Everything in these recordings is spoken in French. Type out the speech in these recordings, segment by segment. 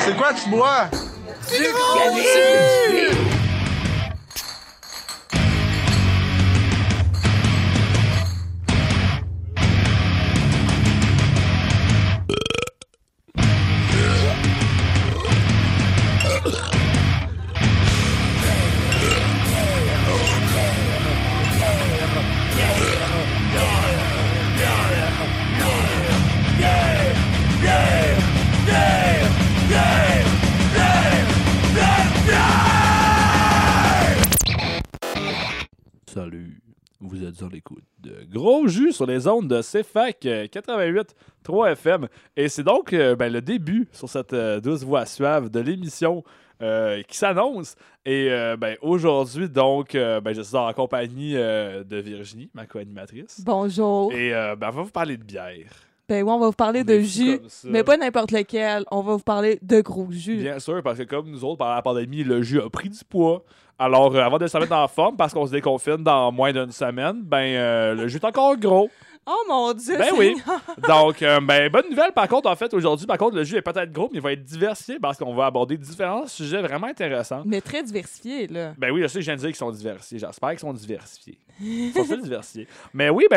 C'est quoi tu bois? Du gros jus! Salut, vous êtes sur l'écoute de Gros Jus sur les ondes de CFAC 88.3 FM. Et c'est donc le début sur cette douce voix suave de l'émission qui s'annonce. Et aujourd'hui, donc, je suis en compagnie de Virginie, ma co-animatrice. Bonjour. Et on va vous parler de bière. Ben oui, on va vous parler On de est fous jus, comme ça. mais pas n'importe lequel. On va vous parler de gros jus. Bien sûr, parce que comme nous autres, pendant la pandémie, le jus a pris du poids. Alors, avant de se mettre en forme, parce qu'on se déconfine dans moins d'une semaine, le jus est encore gros. Oh mon Dieu! Ben oui. Donc, bonne nouvelle, par contre, en fait, aujourd'hui, le jus est peut-être gros, mais il va être diversifié parce qu'on va aborder différents sujets vraiment intéressants. Mais très diversifié, là. Ben oui, je sais que je viens de dire qu'ils sont diversifiés. J'espère qu'ils sont diversifiés. Ils sont tous diversifiés. Mais oui,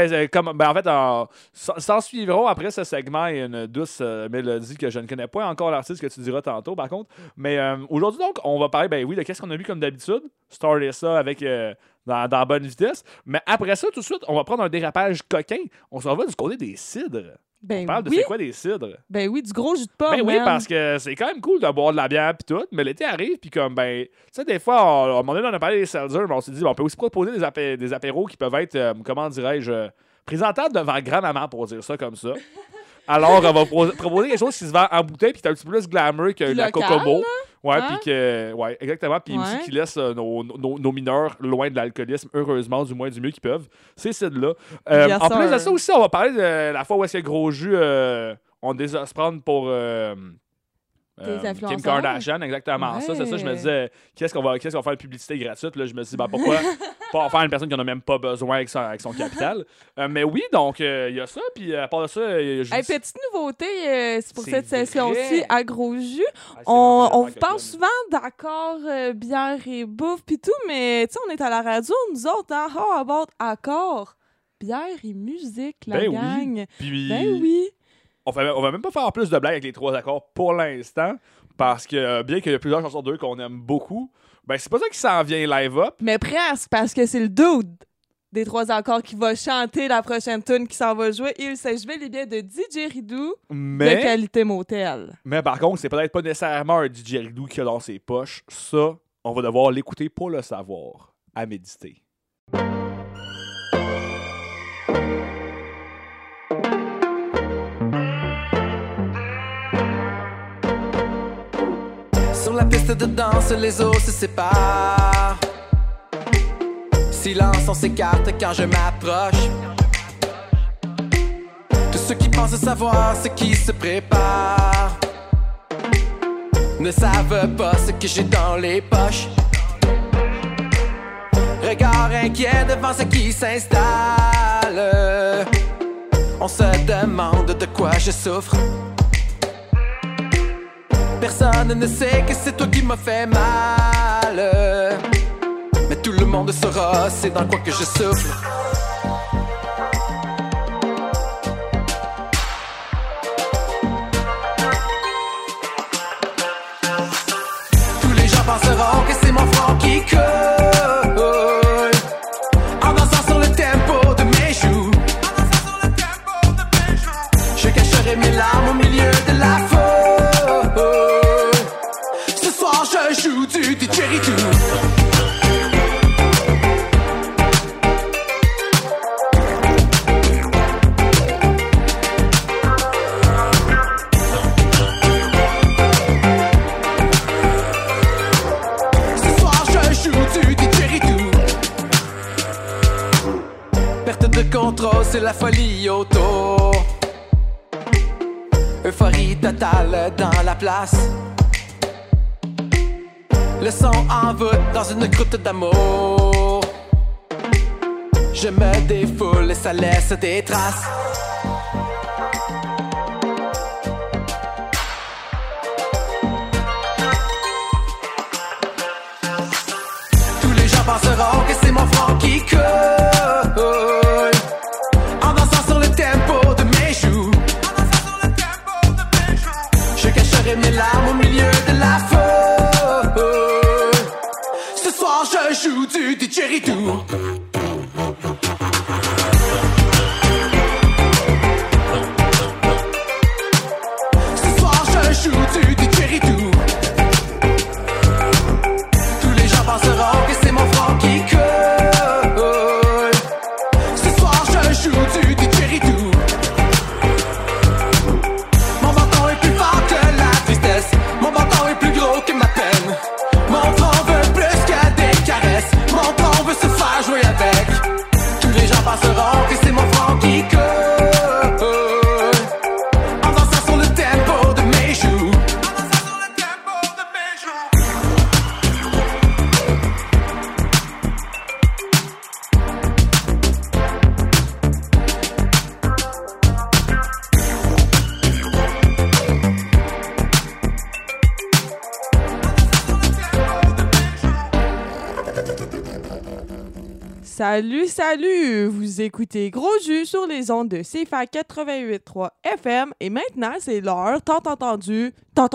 s'en suivront après ce segment et une douce mélodie que je ne connais pas encore l'artiste que tu diras tantôt, par contre. Mais aujourd'hui, donc, on va parler, de qu'est-ce qu'on a vu comme d'habitude. Starter ça avec... Dans bonne vitesse. Mais après ça, tout de suite, on va prendre un dérapage coquin. On s'en va du côté des cidres. Ben On parle de oui. c'est quoi des cidres? Ben oui, du gros jus de pomme, Ben oui, man. parce que c'est quand même cool de boire de la bière pis tout, mais l'été arrive pis comme, tu sais, des fois, à un moment donné, on a parlé des seltzers, mais on s'est dit, on peut aussi proposer des apéros qui peuvent être, comment dirais-je, présentables devant grand-maman, pour dire ça comme ça. Alors, on va proposer quelque chose qui se vend en bouteille pis qui est un petit peu plus glamour que la local, Kokomo. là. Ouais, Hein? puis que. Ouais, exactement. Puis aussi Ouais. qui laisse nos mineurs loin de l'alcoolisme, heureusement, du moins du mieux qu'ils peuvent. C'est celle-là. Yes, En plus de sir. ça aussi, on va parler de la fois où est-ce que Gros Jus, on désire se prendre pour. Des Kim influenceurs. Kardashian, exactement. Ça, c'est ça. Je me Ouais. disais, qu'est-ce qu'on va faire de publicité gratuite? Là, je me suis dit, pourquoi pas en faire une personne qui n'en a même pas besoin avec son capital? Mais oui, donc, il y a ça. Puis à part de ça, Hey, petite nouveauté, c'est pour C'est cette session-ci vrai. à gros jus. Ah, c'est On vraiment vous parle coquine. souvent d'accords, bière et bouffe pis tout, mais tu sais, on est à la radio, nous autres, hein? How about accords, bière et musique, la Ben oui. gang? Puis, Ben oui. On va même pas faire plus de blagues avec les trois accords pour l'instant, parce que bien qu'il y a plusieurs chansons d'eux qu'on aime beaucoup, c'est pas ça qui s'en vient live up. Mais presque, parce que c'est le dude des trois accords qui va chanter la prochaine tune qui s'en va jouer. Il s'agit bel et bien de DJ Ridou de Mais, Qualité Motel. mais par contre, c'est peut-être pas nécessairement un DJ Ridou qui a dans ses poches. Ça, on va devoir l'écouter pour le savoir. À méditer. Sur la piste de danse, les eaux se séparent. Silence, on s'écarte quand je m'approche. Tous ceux qui pensent savoir ce qui se prépare ne savent pas ce que j'ai dans les poches. Regard inquiet devant ce qui s'installe. On se demande de quoi je souffre. Personne ne sait que c'est toi qui m'as fait mal. Mais tout le monde saura, c'est dans quoi que je souffle. Tous les gens penseront que c'est mon front qui coule en dansant sur le tempo de mes joues. Je cacherai mes larmes au milieu de la foule. Ce soir je joue du didgeridoo. Ce soir je joue du didgeridoo. Perte de contrôle, c'est la folie autour. Euphorie totale dans la place. Le son envoûte dans une croûte d'amour. Je me défoule et ça laisse des traces. penseront que c'est mon front qui coule. En dansant sur le tempo de mes joues. Je cacherai mes larmes au milieu de la foule. Ce soir je joue du didgeridoo. Ce soir je joue du didgeridoo. Tous les gens penseront que c'est mon front qui coule. Ce soir je joue du didgeridoo. Mon menton est plus fort que la tristesse. Mon menton est plus gros que ma peine. Mon tronc veut plus que des caresses. Mon tronc veut se faire jouer avec. Tous les gens penseront que c'est mon front qui coule. En dansant sur le tempo de mes joues. Salut! Vous écoutez Gros Jus sur les ondes de CFAC 88.3 FM et maintenant, c'est l'heure, tant entendu,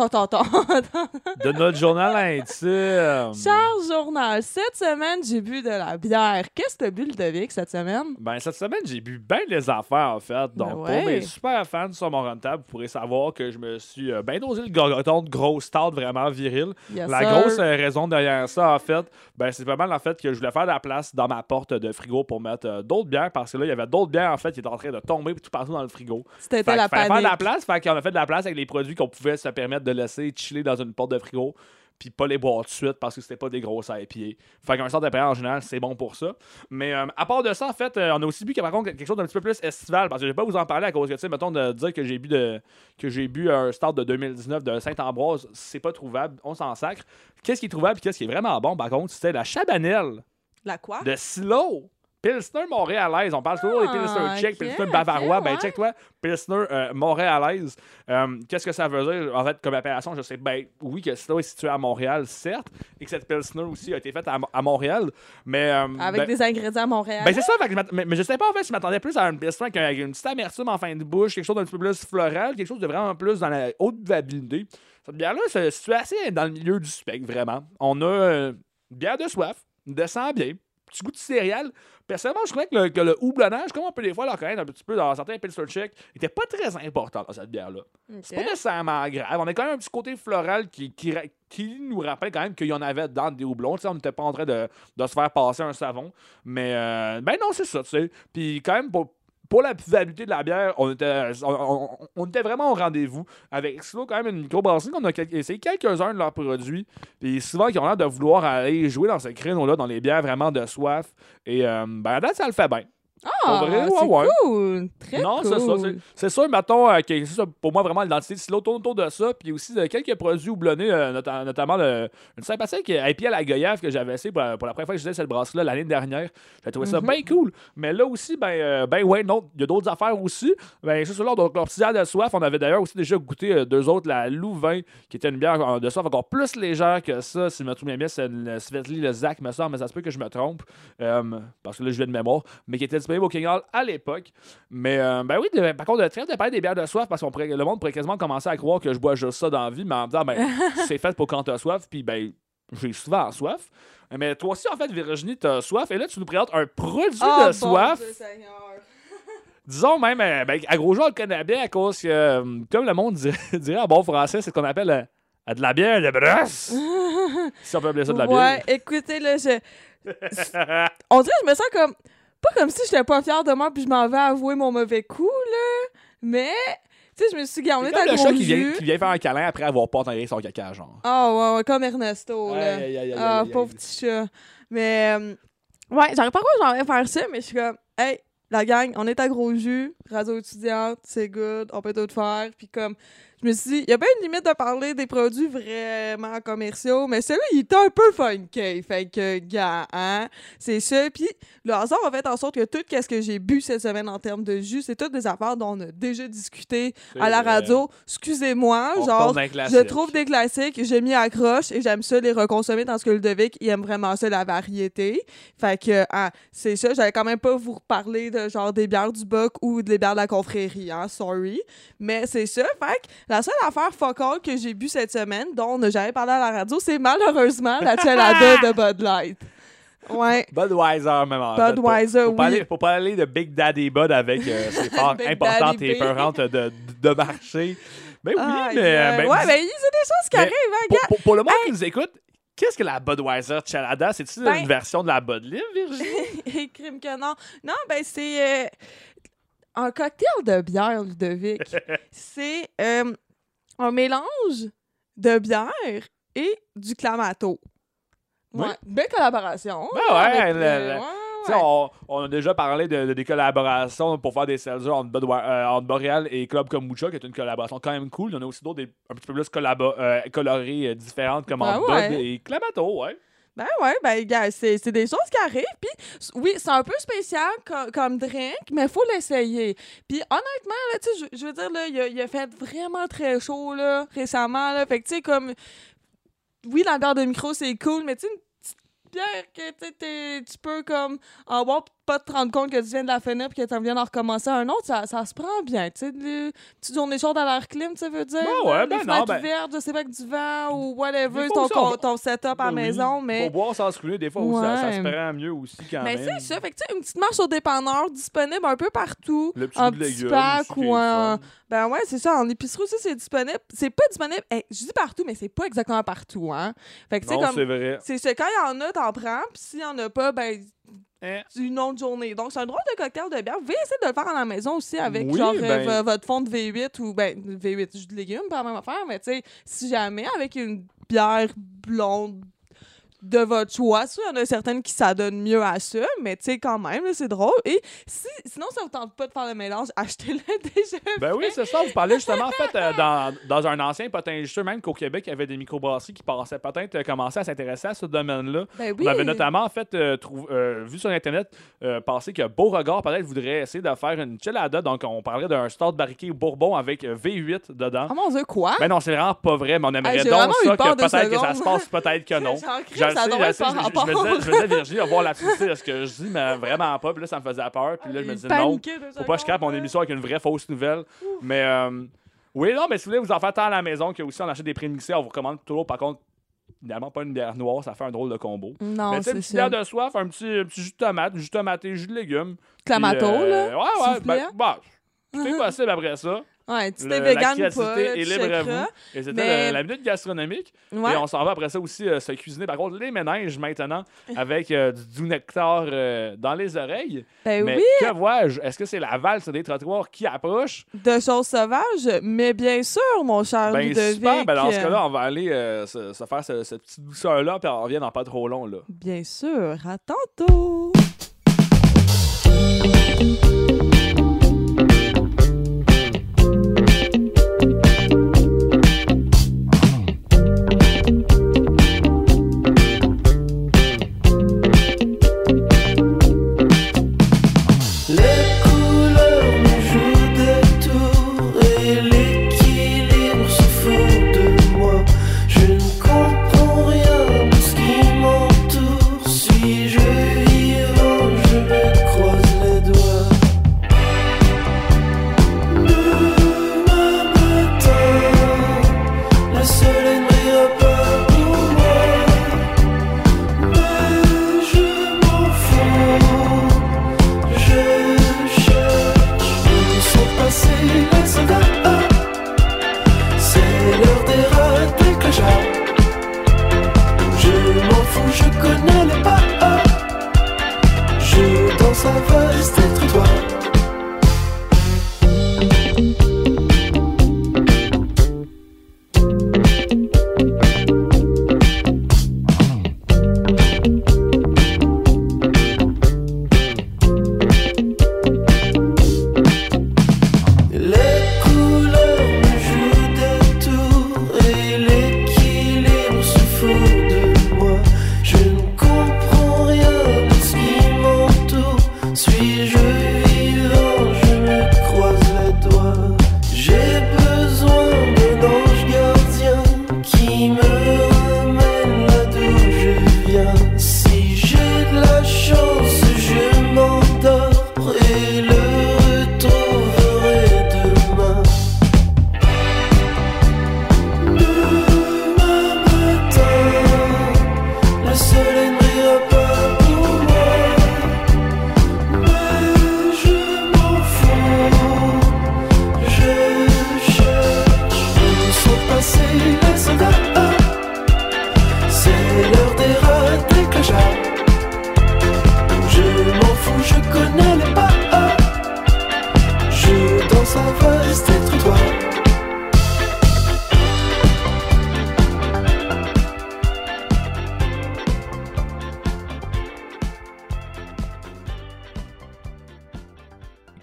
De notre journal intime. Cher journal, cette semaine, j'ai bu de la bière. Qu'est-ce que t'as bu, Ludovic, cette semaine? Ben, cette semaine, j'ai bu bien des affaires, en fait. Donc, ouais. pour mes super fans sur mon rentable, vous pourrez savoir que je me suis bien dosé le gorgoton de grosse tarte vraiment viril. Yes, La sir. grosse raison derrière ça, en fait, ben, c'est pas mal, en fait, que je voulais faire de la place dans ma porte de frigo pour mettre d'autres bières, parce que là, il y avait d'autres bières, en fait, qui étaient en train de tomber tout partout dans le frigo. C'était Fait la qu'il fallait faire de la panique. place, fait qu'on a fait de la place avec les produits qu'on pouvait se permettre de laisser chiller dans une porte de frigo, puis pas les boire tout de suite parce que c'était pas des grosses IPA. Fait qu'un sort de en général, c'est bon pour ça. Mais à part de ça, en fait, on a aussi bu par contre quelque chose d'un petit peu plus estival, parce que je vais pas vous en parler à cause que, tu sais, mettons, de dire que j'ai bu un start de 2019 de Saint-Ambroise, c'est pas trouvable, on s'en sacre. Qu'est-ce qui est trouvable et qu'est-ce qui est vraiment bon, par contre, c'était la Chabanelle La quoi? de Silo. Pilsner montréalaise. On parle toujours des Pilsner tchèques, ok, Pilsner bavarois. ok, Ben, ouais. check-toi, Pilsner montréalaise. Qu'est-ce que ça veut dire, en fait, comme appellation? Je sais, ben, oui, que Silo est situé à Montréal, certes, et que cette Pilsner aussi a été faite à Montréal, mais... Avec ben, des ingrédients à Montréal. ben, c'est ça, fait que mais je sais pas, en fait, je m'attendais plus à une Pilsner avec une petite amertume en fin de bouche, quelque chose d'un petit peu plus floral, quelque chose de vraiment plus dans la haute buvabilité. Cette bière-là se situe assez dans le milieu du spectre, vraiment. On a une bière de soif, descend bien, petit goût de céréales. Personnellement, je trouvais que le houblonnage, comme on peut des fois le reconnaître un petit peu dans certains Pilsner tchèques, était pas très important dans cette bière-là. Ok. C'est pas nécessairement grave. On a quand même un petit côté floral qui nous rappelle quand même qu'il y en avait dans des houblons. Tu sais, on n'était pas en train de se faire passer un savon. Mais, ben non, c'est ça, tu sais. Puis quand même, pour la buvabilité de la bière, on était vraiment au rendez-vous. Avec Silo, quand même, une microbrasserie qu'on a essayé quelques-uns de leurs produits. Puis souvent, ils ont l'air de vouloir aller jouer dans ce créneau-là, dans les bières vraiment de soif. Et ben, à date, ça le fait bien. Ah, Pour vrai, c'est ouais. cool! Très Non, cool! c'est ça. C'est sûr, mettons, que c'est ça, pour moi, vraiment, l'identité de Silo tourne autour de ça. Puis aussi, quelques produits houblonnés, notamment une sympathique IPA à la Goyave que j'avais essayé pour la première fois que je faisais cette brasserie-là l'année dernière. J'ai trouvé ça bien cool. Mais là aussi, ben ouais, non, il y a d'autres affaires aussi. Ben, c'est ça, là, donc, leur petite bière de soif, on avait d'ailleurs aussi déjà goûté deux autres, la Louvain, qui était une bière de soif encore plus légère que ça. Si je me souviens bien, c'est une Svetli le Zach, me semble, mais ça se peut que je me trompe. Parce que là, je viens de mémoire. Mais qui était disponible au King Hall à l'époque. Mais, ben oui, par contre, très de parler des bières de soif, parce que le monde pourrait quasiment commencer à croire que je bois juste ça dans la vie, mais en me disant, ben, c'est fait pour quand t'as soif, puis ben, j'ai souvent soif. Mais toi aussi, en fait, Virginie, t'as soif, et là, tu nous présentes un produit de soif. Dieu Seigneur. Disons même, ben, à gros joueur, on le connaît bien à cause que, comme le monde dirait en bon français, c'est ce qu'on appelle de la bière de brosse. Si on peut appeler ça de la bière. Ouais, écoutez, là, on dirait que je me sens comme... Pas comme si j'étais pas fière de moi puis je m'en vais avouer mon mauvais coup, là. Mais, tu sais, je me suis dit, on C'est est comme à le gros chat jus. qui vient faire un câlin après avoir pas entendu son caca, genre. Ah, ouais, comme Ernesto, là. Aïe, aïe, aïe, Ah, aïe, aïe, pauvre aïe. petit chat. Mais, ouais, j'arrive pas quoi j'en vais faire ça, mais je suis comme, hey, la gang, on est à gros jus, radio étudiante, c'est good, on peut tout faire. Puis comme, je me suis dit, il y a bien une limite de parler des produits vraiment commerciaux, mais celui-là, il était un peu funky. Fait que, gars, hein, c'est ça. Puis le hasard a fait en sorte que tout ce que j'ai bu cette semaine en termes de jus, c'est toutes des affaires dont on a déjà discuté à la radio. Excusez-moi, On genre, retourne dans les je classiques. trouve des classiques, j'ai mis accroche et j'aime ça les reconsommer dans ce que Ludovic, il aime vraiment ça, la variété. Fait que, c'est ça, j'allais quand même pas vous reparler de genre des bières du Boc ou des bières de la confrérie, hein, sorry. Mais c'est ça, fait que la seule affaire fuck all que j'ai bu cette semaine, dont on n'a jamais parlé à la radio, c'est malheureusement la Chelada de Bud Light. Ouais. Budweiser, même en Budweiser, fait. oui. Faut pas aller de Big Daddy Bud avec ses parts Big importantes Daddy et B. peurantes de marché. Ben oui, Aïe, mais... aïe. ben, ouais, ben c'est des choses qui mais arrivent, hein, gars. pour le monde qui nous écoute, qu'est-ce que la Budweiser Chelada? C'est-tu Ben- une version de la Bud Live, Virginie? Crime que non. Non, ben c'est un cocktail de bière, Ludovic. C'est un mélange de bière et du clamato. Ouais. Oui. Belle collaboration. Ben ouais, avec, ouais. Tu sais, on a déjà parlé de des collaborations pour faire des seltzers entre Boréal et Club Kombucha, qui est une collaboration quand même cool. Il y en a aussi d'autres un petit peu plus colorées, différentes, comme Ben entre ouais. Bud et Clamato, ouais. Ben ouais, ben gars, c'est des choses qui arrivent. Puis oui, c'est un peu spécial comme drink, mais il faut l'essayer. Puis honnêtement, là, tu sais, je veux dire, là, il a fait vraiment très chaud là, récemment. Là, fait que tu sais, comme... Oui, la bière de micro, c'est cool, mais tu sais, une petite bière que tu peux comme en boire, pas te rendre compte que tu viens de la finir puis que tu viens d'en recommencer un autre, ça se prend bien. Tu sais, petite journée chaude à l'air clim, tu veux dire? Ben ouais, là, ben les non, fenêtres ben- ouvertes, je sais pas, avec du vent ou whatever, Des fois aussi, ton setup à la Oui, maison, mais... Faut boire sans se ruiner, des fois, aussi, ça Ouais. se prend mieux aussi quand Mais même. c'est ça, fait que tu sais, une petite marche au dépanneur disponible un peu partout. Le petit en goût de petit légumes pack aussi, qui ou est en... fun. Ben ouais, c'est ça, en épicerie aussi, c'est disponible. C'est pas disponible, je dis partout, mais c'est pas exactement partout, hein. Fait que tu sais, Non, comme... c'est vrai. C'est ça, quand il y en a, t'en prends, puis s'il y en a pas, ben... Hein? une autre journée. Donc, c'est un drôle de cocktail de bière. Vous pouvez essayer de le faire à la maison aussi avec, Oui, genre, ben- votre fond de V8 ou, ben, V8 jus de légumes, pas la même affaire, mais tu sais, si jamais, avec une bière blonde de votre choix, il y en a certaines qui s'adonnent mieux à ça, mais tu sais, quand même, là, c'est drôle. Et sinon, ça vous tente pas de faire le mélange, achetez-le déjà. Ben oui, c'est ça. Vous parlez justement, en fait, dans un ancien potin juteux, même qu'au Québec, il y avait des microbrasseries qui pensaient peut-être commencer à s'intéresser à ce domaine-là. Ben oui. On avait notamment, en fait, vu sur Internet, penser que Beauregard, peut-être, voudrait essayer de faire une chelada. Donc, on parlait d'un stout barriqué bourbon avec V8 dedans. Oh mon Dieu, quoi? Ben non, c'est vraiment pas vrai, mais on aimerait Hey, j'ai donc vraiment eu ça, peur que deux peut-être que ça secondes. se passe, peut-être que non. Genre, Je le ça sais, doit être je par rapport. me disais, Virginie, va voir la suite de ce que je dis, mais vraiment pas. Puis là, ça me faisait peur. Puis là, je me disais, non, faut pas que je crappe mon émission avec une vraie fausse nouvelle. Mais oui, non, mais si vous voulez vous en faire tant à la maison, que aussi on achète des prémixés, on vous recommande toujours, par contre, évidemment, pas une bière noire, ça fait un drôle de combo. Non, Mais tu sais, une c'est petite ça. bière de soif, un petit jus de tomate, jus tomaté, jus de légumes. Clamato, Puis, là. Ouais, s'il ouais, vous plaît. ben, c'est possible après ça. Ouais, tu La t'es vegan ou créativité pas, là, est tu libre à checkeras. vous. Et c'était Mais- la minute gastronomique. Ouais. Et on s'en va après ça aussi se cuisiner. Par contre, les méninges maintenant avec du doux nectar dans les oreilles. Ben Mais oui, que vois-je? Est-ce que c'est la valse des trottoirs qui approche? de choses sauvages, mais bien sûr, mon cher Ben Ludovic. super. Ben dans ce cas-là, on va aller se faire cette petite douceur-là, puis on revient dans pas trop long. Là. Bien sûr, à tantôt! Les couleurs nous jouent des tours et l'équilibre se fout de moi. Je ne comprends rien de ce qui m'entoure. Suis-je vivant? Je me croise les doigts.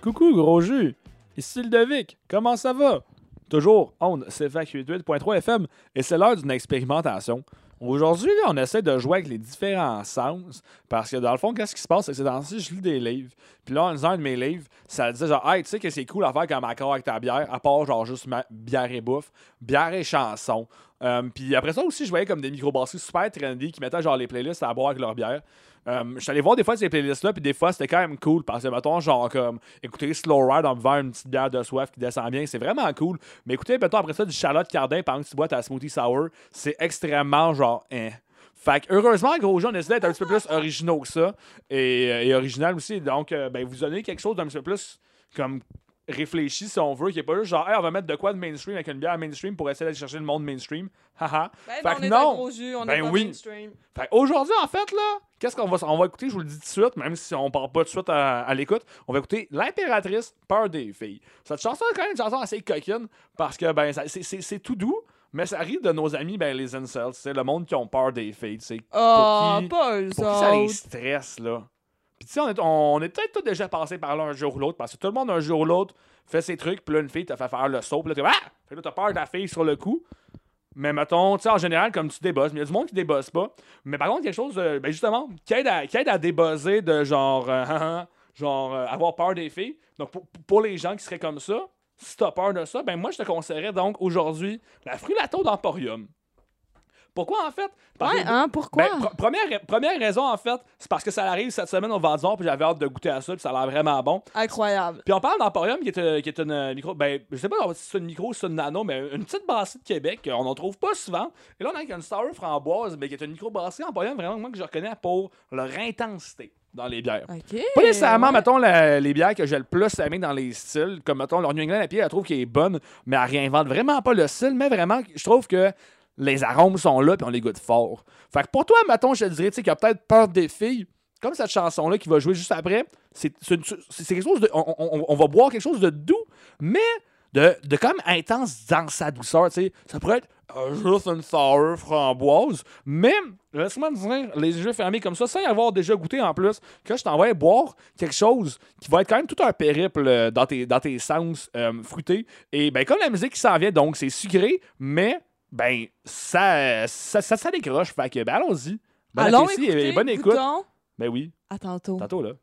Coucou, gros jus. Ici Ludovic. Comment ça va? Toujours on CFAC 88.3 FM et c'est l'heure d'une expérimentation. Aujourd'hui, là, on essaie de jouer avec les différents sens parce que dans le fond, qu'est-ce qui se passe? C'est que ces temps-ci, je lis des livres. Puis là, en lisant un de mes livres, ça disait genre, hey, tu sais que c'est cool à faire comme accord avec ta bière, à part genre juste bière et bouffe, bière et chanson. Puis après ça aussi, je voyais comme des microbrasseries super trendy qui mettaient genre les playlists à boire avec leur bière. Je suis allé voir des fois ces playlists-là, puis des fois c'était quand même cool parce que, mettons, genre comme écouter Slow Ride en buvant une petite bière de soif qui descend bien, c'est vraiment cool. Mais écoutez, mettons, après ça, du Charlotte Cardin pendant que tu bois ta smoothie sour, c'est extrêmement genre, Fait que heureusement, gros jeu, on essaie d'être un petit peu plus originaux que ça et original aussi. Donc, vous donnez quelque chose d'un petit peu plus comme réfléchi, si on veut, qui est pas juste genre, hey, on va mettre de quoi de mainstream avec une bière mainstream pour essayer d'aller chercher le monde mainstream. Haha. Ben, on est un gros jus, on est pas mainstream. Fait aujourd'hui, en fait, là, qu'est-ce qu'on va écouter? Je vous le dis tout de suite, même si on part pas tout de suite à l'écoute. On va écouter L'Impératrice, Peur des filles. Cette chanson est quand même une chanson assez coquine parce que c'est tout doux. Mais ça arrive de nos amis, les incels, c'est le monde qui ont peur des filles, tu sais. Pas eux pour qui ça les stresse, là. Puis tu sais, on est peut-être tous déjà passés par là un jour ou l'autre, parce que tout le monde, un jour ou l'autre, fait ses trucs, puis là, une fille t'a fait faire le saut, puis là, fait là, t'as peur de la fille sur le coup. Mais mettons, tu sais, en général, comme tu débosses, mais il y a du monde qui débosse pas. Mais par contre, quelque chose, justement, qui aide à débosser de genre, avoir peur des filles. Donc, pour les gens qui seraient comme ça, si t'as peur de ça, moi, je te conseillerais donc aujourd'hui la Frullato d'Emporium. Pourquoi, en fait? Pourquoi? Première raison, en fait, c'est parce que ça arrive cette semaine au Vendor, puis j'avais hâte de goûter à ça, puis ça a l'air vraiment bon. Incroyable. Puis on parle d'Emporium, qui est une micro... je sais pas si c'est une micro ou si c'est une nano, mais une petite brasserie de Québec, on n'en trouve pas souvent. Et là, on a une sour framboise, qui est une micro brasserie Emporium, vraiment, moi, que je reconnais pour leur intensité dans les bières. Okay, pas nécessairement, mettons, les bières que j'ai le plus aimé dans les styles, comme, mettons, leur New England IPA, elle trouve qu'elle est bonne, mais elle réinvente vraiment pas le style, mais vraiment, je trouve que les arômes sont là, puis on les goûte fort. Fait que pour toi, mettons, je te dirais, tu sais, qu'il y a peut-être peur des filles, comme cette chanson-là qui va jouer juste après, c'est quelque chose de... On va boire quelque chose de doux, mais de quand même intense dans sa douceur, tu sais. Ça pourrait être juste une sour framboise, mais laisse-moi te dire, les yeux fermés comme ça, sans y avoir déjà goûté en plus, que je t'envoie boire quelque chose qui va être quand même tout un périple dans tes sens fruités. Et comme la musique qui s'en vient, donc c'est sucré, mais ça décroche. Fait que, allons-y. Bon appétit et bonne écoute. Goûtons. Oui. À tantôt. Tantôt, là.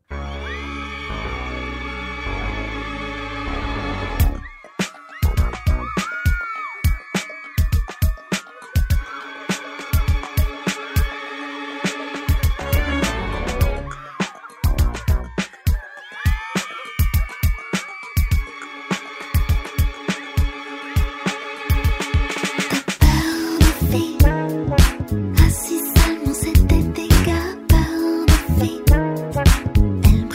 Ah, si seulement c'était des gars, peur des filles.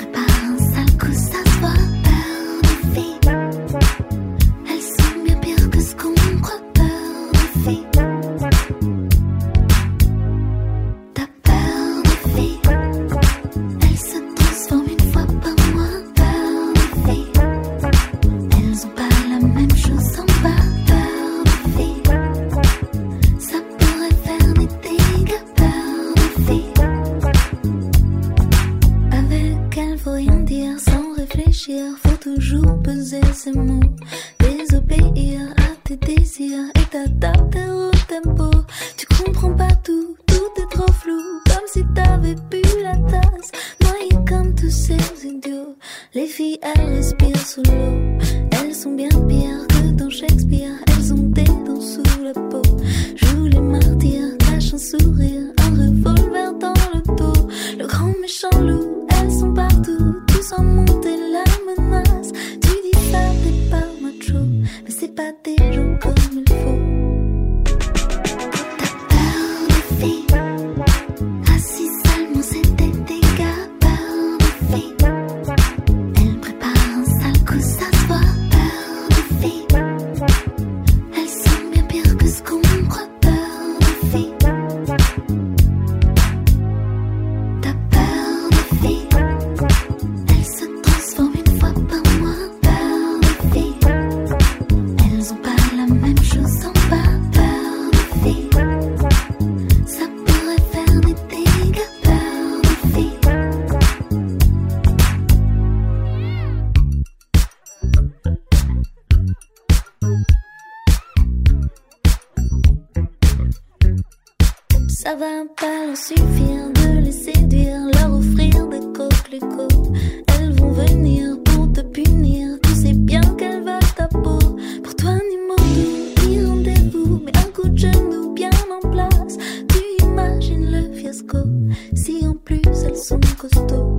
Ça va pas leur suffire de les séduire, leur offrir des coquelicots. Elles vont venir pour te punir, tu sais bien qu'elles veulent ta peau. Pour toi ni mot doux, ni rendez-vous, mais un coup de genou bien en place. Tu imagines le fiasco, si en plus elles sont costauds.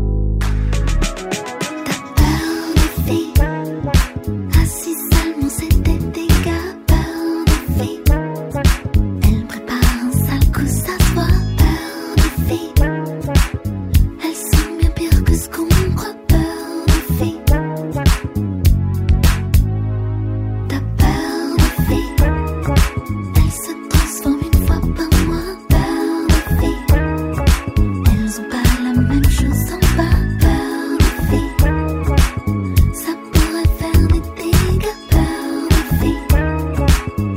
T'as peur des filles, ah si seulement c'était des gars. Peur des filles, elles préparent un sale coup, ça se voit. Peur des filles, elles sont bien pires que ce qu'on croit. Peur des filles, t'as peur des filles, elles se transforment une fois par mois. Peur des filles, elles ont pas la même chose en bas. Peur des filles, ça pourrait faire des dégâts. Peur des filles.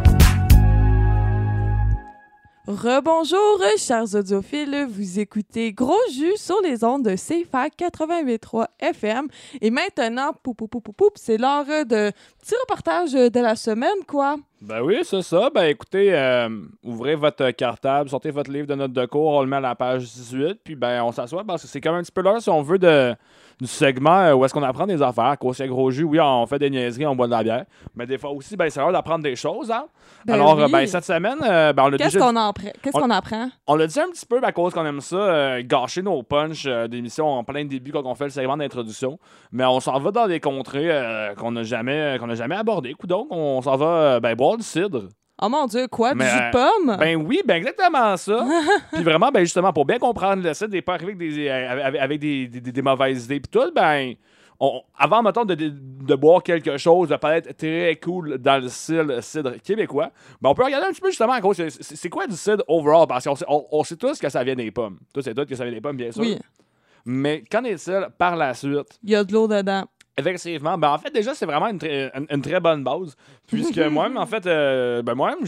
Rebonjour, chers audiophiles, vous écoutez Gros Jus sur les ondes de CFAC 88.3 FM. Et maintenant, c'est l'heure de petit reportage de la semaine, quoi. Ben oui, c'est ça. Ben écoutez, ouvrez votre cartable, sortez votre livre de notes de cours, on le met à la page 18, puis ben on s'assoit parce que c'est quand même un petit peu l'heure, si on veut, du segment où est-ce qu'on apprend des affaires. Qu'au Gros Jus, oui, on fait des niaiseries, on boit de la bière, mais des fois aussi, ben c'est l'heure d'apprendre des choses, hein. Ben Alors, oui. ben cette semaine, ben on l'a Qu'est-ce déjà... qu'on apprend? On l'a dit un petit peu, ben, à cause qu'on aime ça, gâcher nos punchs d'émissions en plein début quand on fait le segment d'introduction. Mais on s'en va dans des contrées qu'on n'a jamais abordées. Donc, on s'en va boire du cidre. Oh mon Dieu, quoi? Du Mais, jus de pomme? Ben oui, ben exactement ça. Puis vraiment, ben justement, pour bien comprendre le cidre, et pas arriver avec des mauvaises idées. Puis tout, ben, avant, mettons, de boire quelque chose, de pas être très cool dans le style cidre québécois, ben on peut regarder un petit peu justement en gros, c'est quoi du cidre overall? Parce qu'on sait tous que ça vient des pommes. Tous c'est tous que ça vient des pommes, bien sûr. Oui, Mais qu'en est-il par la suite? il y a de l'eau dedans. Effectivement. Ben, en fait, déjà, c'est vraiment une très bonne base. Puisque moi-même, en fait, moi-même,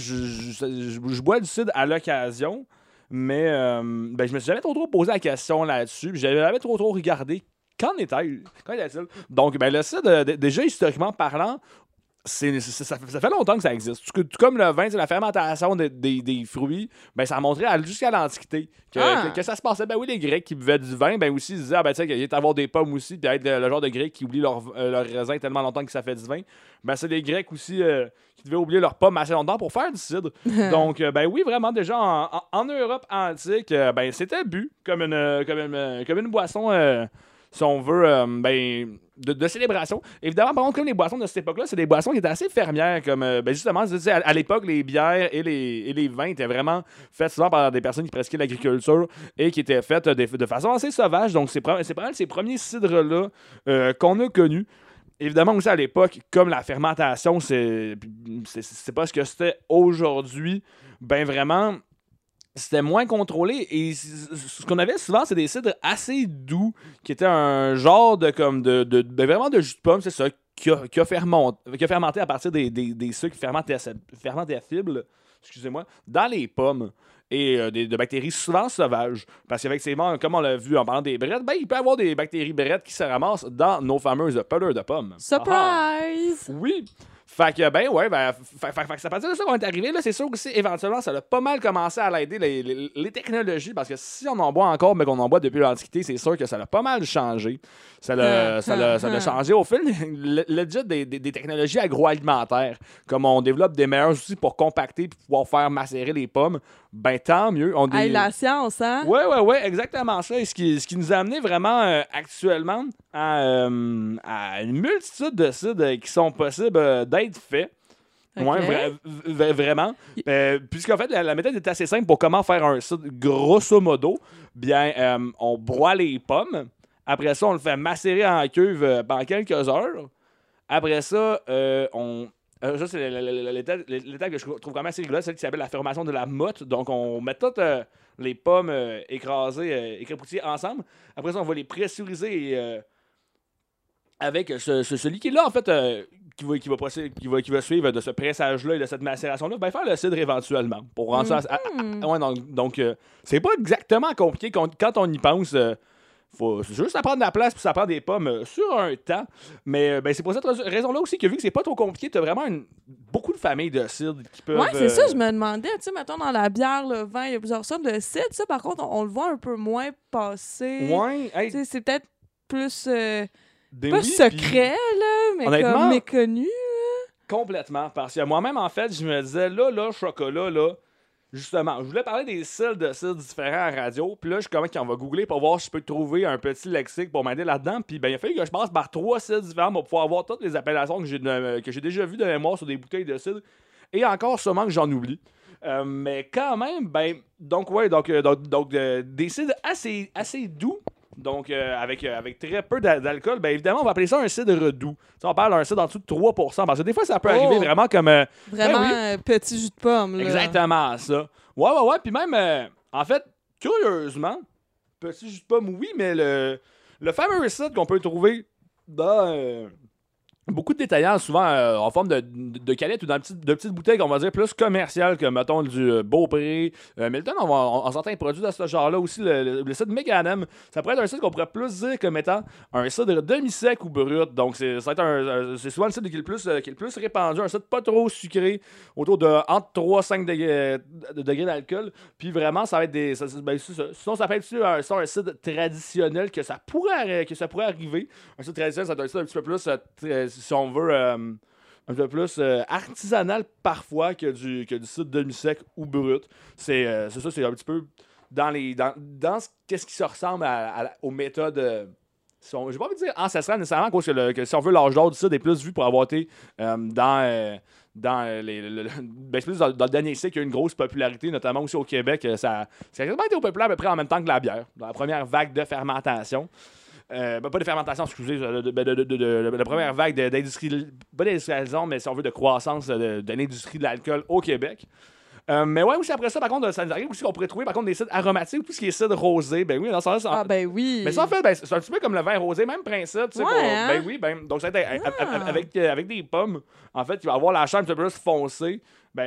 je bois du cidre à l'occasion. Mais ben, je me suis jamais trop posé la question là-dessus. Puis j'avais jamais trop regardé. Qu'en est-il? Donc, ben, le cidre, déjà, historiquement parlant, ça fait longtemps que ça existe. Tout comme le vin, la fermentation des fruits, ben, ça a montré jusqu'à l'Antiquité que ça se passait. Ben oui, les Grecs qui buvaient du vin, ben aussi, ils disaient, ben, tu sais, qu'il y a avoir des pommes aussi, puis être le genre de Grecs qui oublient leur raisin tellement longtemps que ça fait du vin. Ben, c'est des Grecs aussi qui devaient oublier leurs pommes assez longtemps pour faire du cidre. Donc, ben oui, vraiment, déjà, en Europe antique, ben, c'était bu comme une boisson. Si on veut, de célébration. Évidemment, par contre, comme les boissons de cette époque-là, c'est des boissons qui étaient assez fermières. Comme, justement, à l'époque, les bières et les vins étaient vraiment faits souvent par des personnes qui pratiquaient l'agriculture et qui étaient faites de façon assez sauvage. Donc, c'est probablement ces premiers cidres-là qu'on a connus. Évidemment, aussi à l'époque, comme la fermentation, c'est pas ce que c'était aujourd'hui, ben vraiment... C'était moins contrôlé et ce qu'on avait souvent, c'est des cidres assez doux qui étaient un genre de vraiment de jus de pomme, c'est ça, qui a fermenté à partir des sucres fermentés excusez-moi, dans les pommes et de bactéries souvent sauvages. Parce qu'effectivement, comme on l'a vu en parlant des brettes, ben, il peut y avoir des bactéries brettes qui se ramassent dans nos fameuses pelures de pommes. Surprise! Oui! Fait que, ben ouais, fait que ça partir de ça qu'on est arrivé, là, c'est sûr aussi, éventuellement, ça a pas mal commencé à l'aider les technologies, parce que si on en boit encore, mais qu'on en boit depuis l'Antiquité, c'est sûr que ça a pas mal changé. Ça l'a changé au fil des technologies agroalimentaires. Comme on développe des meilleurs outils pour compacter et pouvoir faire macérer les pommes, ben tant mieux. La science, hein? Ouais, exactement ça. Et ce qui nous a amené vraiment actuellement à une multitude de cidres qui sont possibles d'être faits. Okay. Ouais, vraiment. Puisqu'en fait, la méthode est assez simple pour comment faire un cidre. Grosso modo, bien, on broie les pommes. Après ça, on le fait macérer en cuve pendant quelques heures. Après ça, ça, c'est l'étape que je trouve quand même assez rigolote, celle qui s'appelle la fermentation de la motte. Donc, on met toutes les pommes écrasées, écrapouillées ensemble. Après ça, on va les pressuriser avec ce liquide-là, en fait, qui va suivre de ce pressage-là et de cette macération-là, ben faire le cidre éventuellement. Pour rendre ça donc, c'est pas exactement compliqué quand on y pense. C'est juste ça prend de la place puis ça prend des pommes sur un temps. Mais c'est pour cette raison-là aussi que vu que c'est pas trop compliqué, t'as vraiment beaucoup de familles de cidre qui peuvent... Ouais, c'est ça, je me demandais, tu sais, mettons dans la bière, le vin, il y a plusieurs sortes de cidre. Ça, par contre, on le voit un peu moins passer. Ouais, hey, Tu sais, c'est peut-être plus... ben pas oui, secret, puis là, mais honnêtement, comme méconnu. complètement. Parce que moi-même, en fait, je me disais, là, chocolat, là, justement, je voulais parler des cidres de cidre différents à la radio. Puis là, je suis comme qu'on va googler pour voir si je peux trouver un petit lexique pour m'aider là-dedans. Puis ben, il a fallu que je passe par 3 cidres différents pour pouvoir avoir toutes les appellations que j'ai déjà vues de mémoire sur des bouteilles de cidre. Et encore, sûrement que j'en oublie. Mais quand même, ben, donc des cidres assez doux. Donc, avec très peu d'alcool, bien évidemment, on va appeler ça un cidre doux. T'sais, on parle d'un cidre en dessous de 3%. Parce que des fois, ça peut arriver vraiment comme... Vraiment ben oui, petit jus de pomme, là. exactement ça. Ouais. Puis même, en fait, curieusement, petit jus de pomme, oui, mais le fameux cidre qu'on peut trouver dans... beaucoup de détaillants, souvent en forme de canette ou dans de petites bouteilles, on va dire, plus commerciales que, mettons, du Beaupré. Milton, on s'entend produits de ce genre-là aussi. Le cidre Mécanem, ça pourrait être un cidre qu'on pourrait plus dire comme étant un cidre demi-sec ou brut. Donc, c'est souvent le cidre qui est le plus répandu, un cidre pas trop sucré, autour de entre 3 et 5 degrés d'alcool. Puis vraiment, ça va être sinon, ça peut être un cidre traditionnel que ça pourrait arriver. Un cidre traditionnel, ça doit être un petit peu plus... si on veut, un peu plus artisanal parfois que du cidre demi-sec ou brut. C'est ça, c'est un petit peu qu'est-ce qui se ressemble aux méthodes... j'ai pas envie de dire ancestrales nécessairement, parce que si on veut, l'âge d'or du cidre est plus vu pour avoir été dans le dernier siècle, il y a eu une grosse popularité, notamment aussi au Québec. Ça a quasiment été populaire à peu près en même temps que la bière, dans la première vague de fermentation. Pas de fermentation, excusez, la première vague d'industrialisation, mais si on veut, de croissance de l'industrie de l'alcool au Québec. Mais ouais, aussi après ça, par contre, ça nous arrive aussi qu'on pourrait trouver par contre des cidres aromatiques, tout ce qui est cidre rosé. Ben oui, dans ce sens. Ah, ben oui. Mais ça, en fait, ben, c'est un petit peu comme le vin rosé, même principe. Tu sais, hein? Ben oui, donc ça va être avec des pommes. En fait, tu vas avoir la chair un petit peu plus foncée.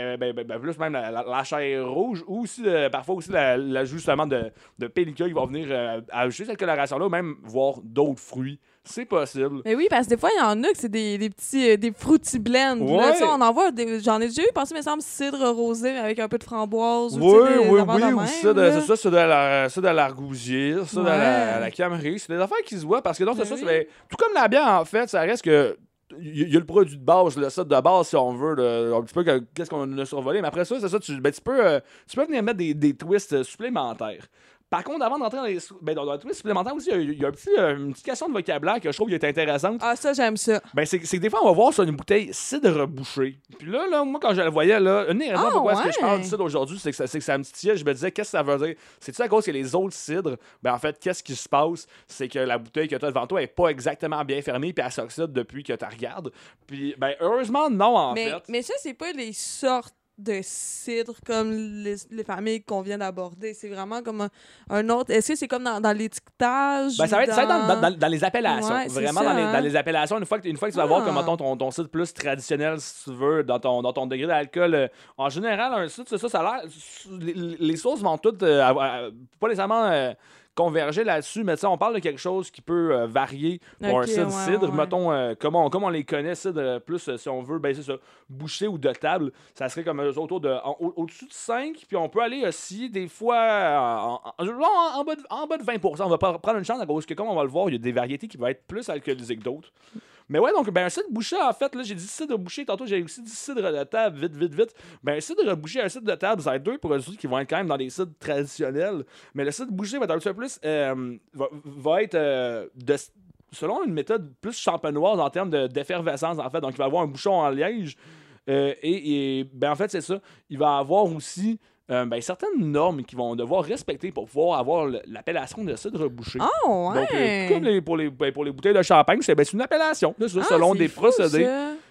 Plus même la chair rouge, ou aussi parfois aussi l'ajustement de pellicule qui va venir ajouter cette coloration-là, ou même voir d'autres fruits. C'est possible. Mais oui, parce que des fois, il y en a que c'est des petits des fruity blends. Ouais. Là, tu sais, on en voit, j'en ai déjà eu, pensé, il me semble, cidre rosé avec un peu de framboise. Oui, ou, tu sais, des affaires de ou même, ça, là. c'est ça de l'argousier, ça de la camerie. C'est des affaires qui se voient parce que non, c'est ça, c'est tout comme la bière, en fait, ça reste que. Il y a le produit de base, le cidre de base, si on veut, un petit peu qu'est-ce qu'on a survolé. Mais après ça, c'est ça, tu peux venir mettre des twists supplémentaires. Par contre, avant d'entrer dans les twists supplémentaires aussi, il y a une petite question de vocabulaire que je trouve qui est intéressante. Ah, ça, j'aime ça. Ben, c'est que des fois, on va voir sur une bouteille cidre bouché. Puis là, moi, quand je le voyais, là, une des raisons pourquoi est-ce que je parle du cidre aujourd'hui, c'est que ça me titillait. Je me disais, qu'est-ce que ça veut dire? C'est-tu à cause que les autres cidres, ben, en fait, qu'est-ce qui se passe? C'est que la bouteille que tu as devant toi n'est pas exactement bien fermée, puis elle s'oxyde depuis que tu regardes. Puis, ben, heureusement, non, en fait. Mais ça, c'est pas les sortes de cidre comme les familles qu'on vient d'aborder. C'est vraiment comme un autre... Est-ce que c'est comme dans l'étiquetage? Ben, ça va être dans les appellations. Ouais, vraiment dans les appellations. Une fois que tu vas voir comme ton cidre plus traditionnel, si tu veux, dans ton degré d'alcool. En général, un cidre, ça a l'air... Les sources vont toutes pas nécessairement... converger là-dessus, mais on parle de quelque chose qui peut varier pour un cidre. Mettons, comme on les connaît, cidre plus, si on veut, ben c'est ça, bouché ou de table, ça serait comme autour de au-dessus de 5, puis on peut aller aussi des fois en bas de 20%. On va prendre une chance à cause que, comme on va le voir, il y a des variétés qui vont être plus alcoolisées que d'autres. Mais ouais, donc, ben, un cidre bouché, en fait, là, j'ai dit cidre bouché, tantôt, j'ai aussi dit cidre de table, vite. Ben, un cidre bouché, un cidre de table, ça va être deux produits qui vont être quand même dans les cidres traditionnels. Mais le cidre bouché va être un petit peu plus, va être selon une méthode plus champenoise en termes d'effervescence, en fait. Donc, il va avoir un bouchon en liège. Et ben, en fait, c'est ça. Il va avoir aussi certaines normes qu'ils vont devoir respecter pour pouvoir avoir l'appellation de cidre bouché. Oh, ouais! Donc, comme pour les bouteilles de champagne, c'est une appellation, là, selon des procédés.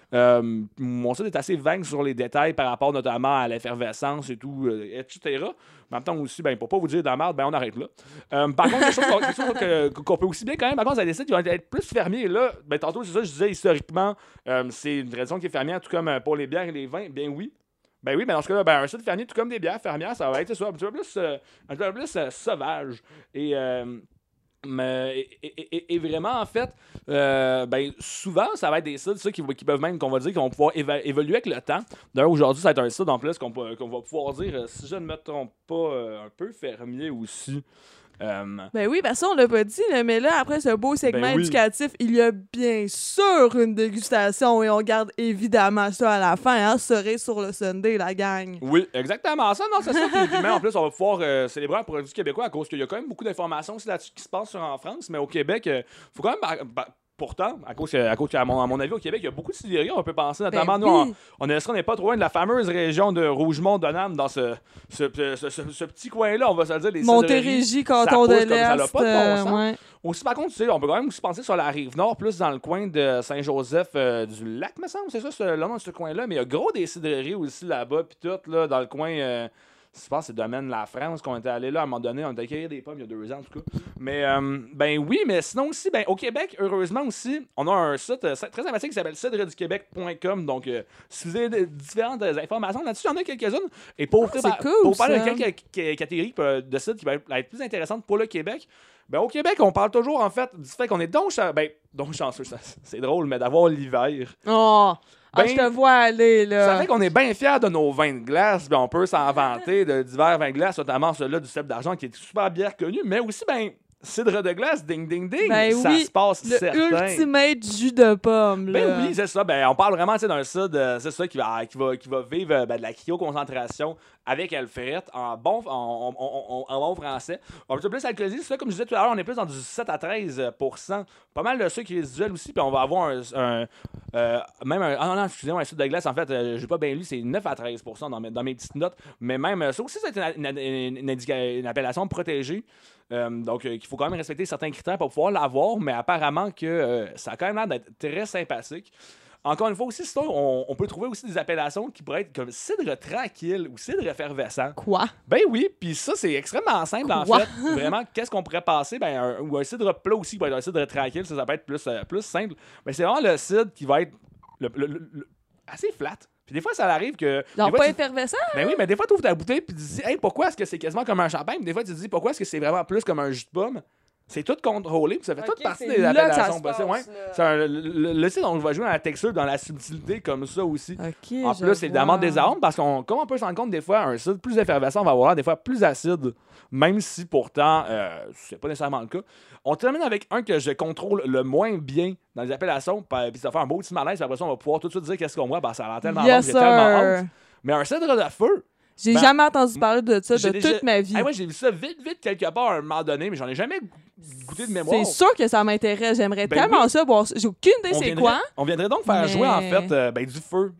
Mon site est assez vague sur les détails par rapport notamment à l'effervescence et tout, etc. En même temps aussi, pour pas vous dire de la merde, on arrête là. Par contre, quelque chose qu'on peut aussi bien quand même, par contre, ça décide qu'ils vont être plus fermiers. Et là, tantôt, c'est ça, je disais historiquement, c'est une tradition qui est fermière, tout comme pour les bières et les vins. Bien oui. Ben oui, mais dans ce cas-là, un cidre fermier, tout comme des bières fermières, ça va être ça, un petit peu plus sauvage. Et Et vraiment, en fait, ben, souvent, ça va être des sites ça, qui peuvent même, qu'on va dire, qui vont pouvoir évoluer avec le temps. D'ailleurs, aujourd'hui, ça va être un site en plus qu'on va pouvoir dire, si je ne me trompe pas, un peu fermier aussi. Ben oui, parce qu'on l'a pas dit, là, mais là, après ce beau segment Ben oui. éducatif, il y a bien sûr une dégustation et on garde évidemment ça à la fin, hein, cerise sur le Sunday, la gang. Oui, exactement. Ça, non, c'est ça. Puis même, en plus, on va pouvoir célébrer un produit québécois à cause qu'il y a quand même beaucoup d'informations aussi là-dessus qui se passent en France, mais au Québec, faut quand même... Pourtant, à cause à mon avis, au Québec, il y a beaucoup de cidreries, on peut penser, notamment, Ben nous, oui. on n'est pas trop loin de la fameuse région de Rougemont-Donham, dans ce petit coin-là, on va se le dire, les cidreries. Montérégie, canton de pousse comme ça, l'Est. ça a pas de bon sens. Ouais. Aussi, par contre, tu sais, on peut quand même aussi penser sur la Rive-Nord, plus dans le coin de Saint-Joseph du Lac, me semble, c'est ça, le nom de ce coin-là, mais il y a gros des cidreries aussi là-bas, puis tout, là, dans le coin... je pense que c'est Domaine La France qu'on était allé là à un moment donné. On était accueillir des pommes il y a 2 ans, en tout cas. Mais, ben oui, mais sinon aussi, ben au Québec, heureusement aussi, on a un site très sympathique qui s'appelle cidreduquebec.com. Donc, si vous avez différentes informations là-dessus, il y en a quelques-unes. Et pour c'est cool, pour parler ça. de quelques catégories de sites qui vont être plus intéressantes pour le Québec, ben au Québec, on parle toujours, en fait, du fait qu'on est donc chanceux. C'est drôle, mais d'avoir l'hiver. Oh! Ben, je te vois aller, Ça là. fait qu'on est bien fiers de nos vins de glace. Ben, on peut s'en vanter de divers vins de glace, notamment celui-là du Cep d'Argent qui est super bien reconnu, mais aussi, ben, cidre de glace, ding, ding, ding. Ben ça oui, se passe Le certain. ultimate jus de pomme, là. Ben oui, c'est ça. Ben, on parle vraiment tu sais, d'un cidre, c'est ça, qui va vivre ben, de la cryoconcentration avec Alfred en bon français. Un petit peu plus alcoolisé. C'est ça, comme je disais tout à l'heure, on est plus dans du 7 à 13%. Pas mal de sucre résiduel aussi. Puis on va avoir non, excusez-moi, un sucre de glace, en fait, j'ai pas bien lu, c'est 9 à 13% dans mes petites notes. Mais même, ça aussi, c'est une appellation protégée. Donc, il faut quand même respecter certains critères pour pouvoir l'avoir, mais apparemment que ça a quand même l'air d'être très sympathique. Encore une fois aussi, sinon, on peut trouver aussi des appellations qui pourraient être comme cidre tranquille ou cidre effervescent. Quoi? Ben oui, puis ça, c'est extrêmement simple, en Quoi? fait. Vraiment, qu'est-ce qu'on pourrait passer? Ben, ou un cidre plat aussi, qui va être un cidre tranquille, ça peut être plus simple. Mais c'est vraiment le cidre qui va être assez flat. Puis des fois, ça arrive que... Genre des fois, pas effervescent? Ben oui, mais des fois, tu ouvres ta bouteille puis tu te dis, hey, pourquoi est-ce que c'est quasiment comme un champagne? Puis des fois, tu te dis, pourquoi est-ce que c'est vraiment plus comme un jus de pomme? C'est tout contrôlé, puis ça fait Ok, toute partie c'est des là que ça appellations se passe, possibles. Ouais. là. C'est le site, on va jouer dans la texture, dans la subtilité, comme ça aussi. OK, En je plus, évidemment, vois. des arômes, parce qu'on, comme on peut se rendre compte, des fois, un cidre plus effervescent va avoir l'air des fois plus acide, même si pourtant, c'est pas nécessairement le cas. On termine avec un que je contrôle le moins bien dans les appellations, puis ça fait un beau petit malaise, puis après ça, on va pouvoir tout de suite dire qu'est-ce qu'on voit. Ben, ça a l'air tellement Yes, bon, j'ai tellement sir. hâte. Mais un cidre de feu, J'ai Ben, jamais entendu parler de ça j'ai de déjà- toute ma vie. Moi, j'ai vu ça vite, quelque part à un moment donné, mais j'en ai jamais goûté de mémoire. C'est sûr que ça m'intéresse. J'aimerais Ben tellement oui. ça boire ça. J'ai aucune idée c'est quoi. On viendrait donc faire Mais- jouer, en fait, du feu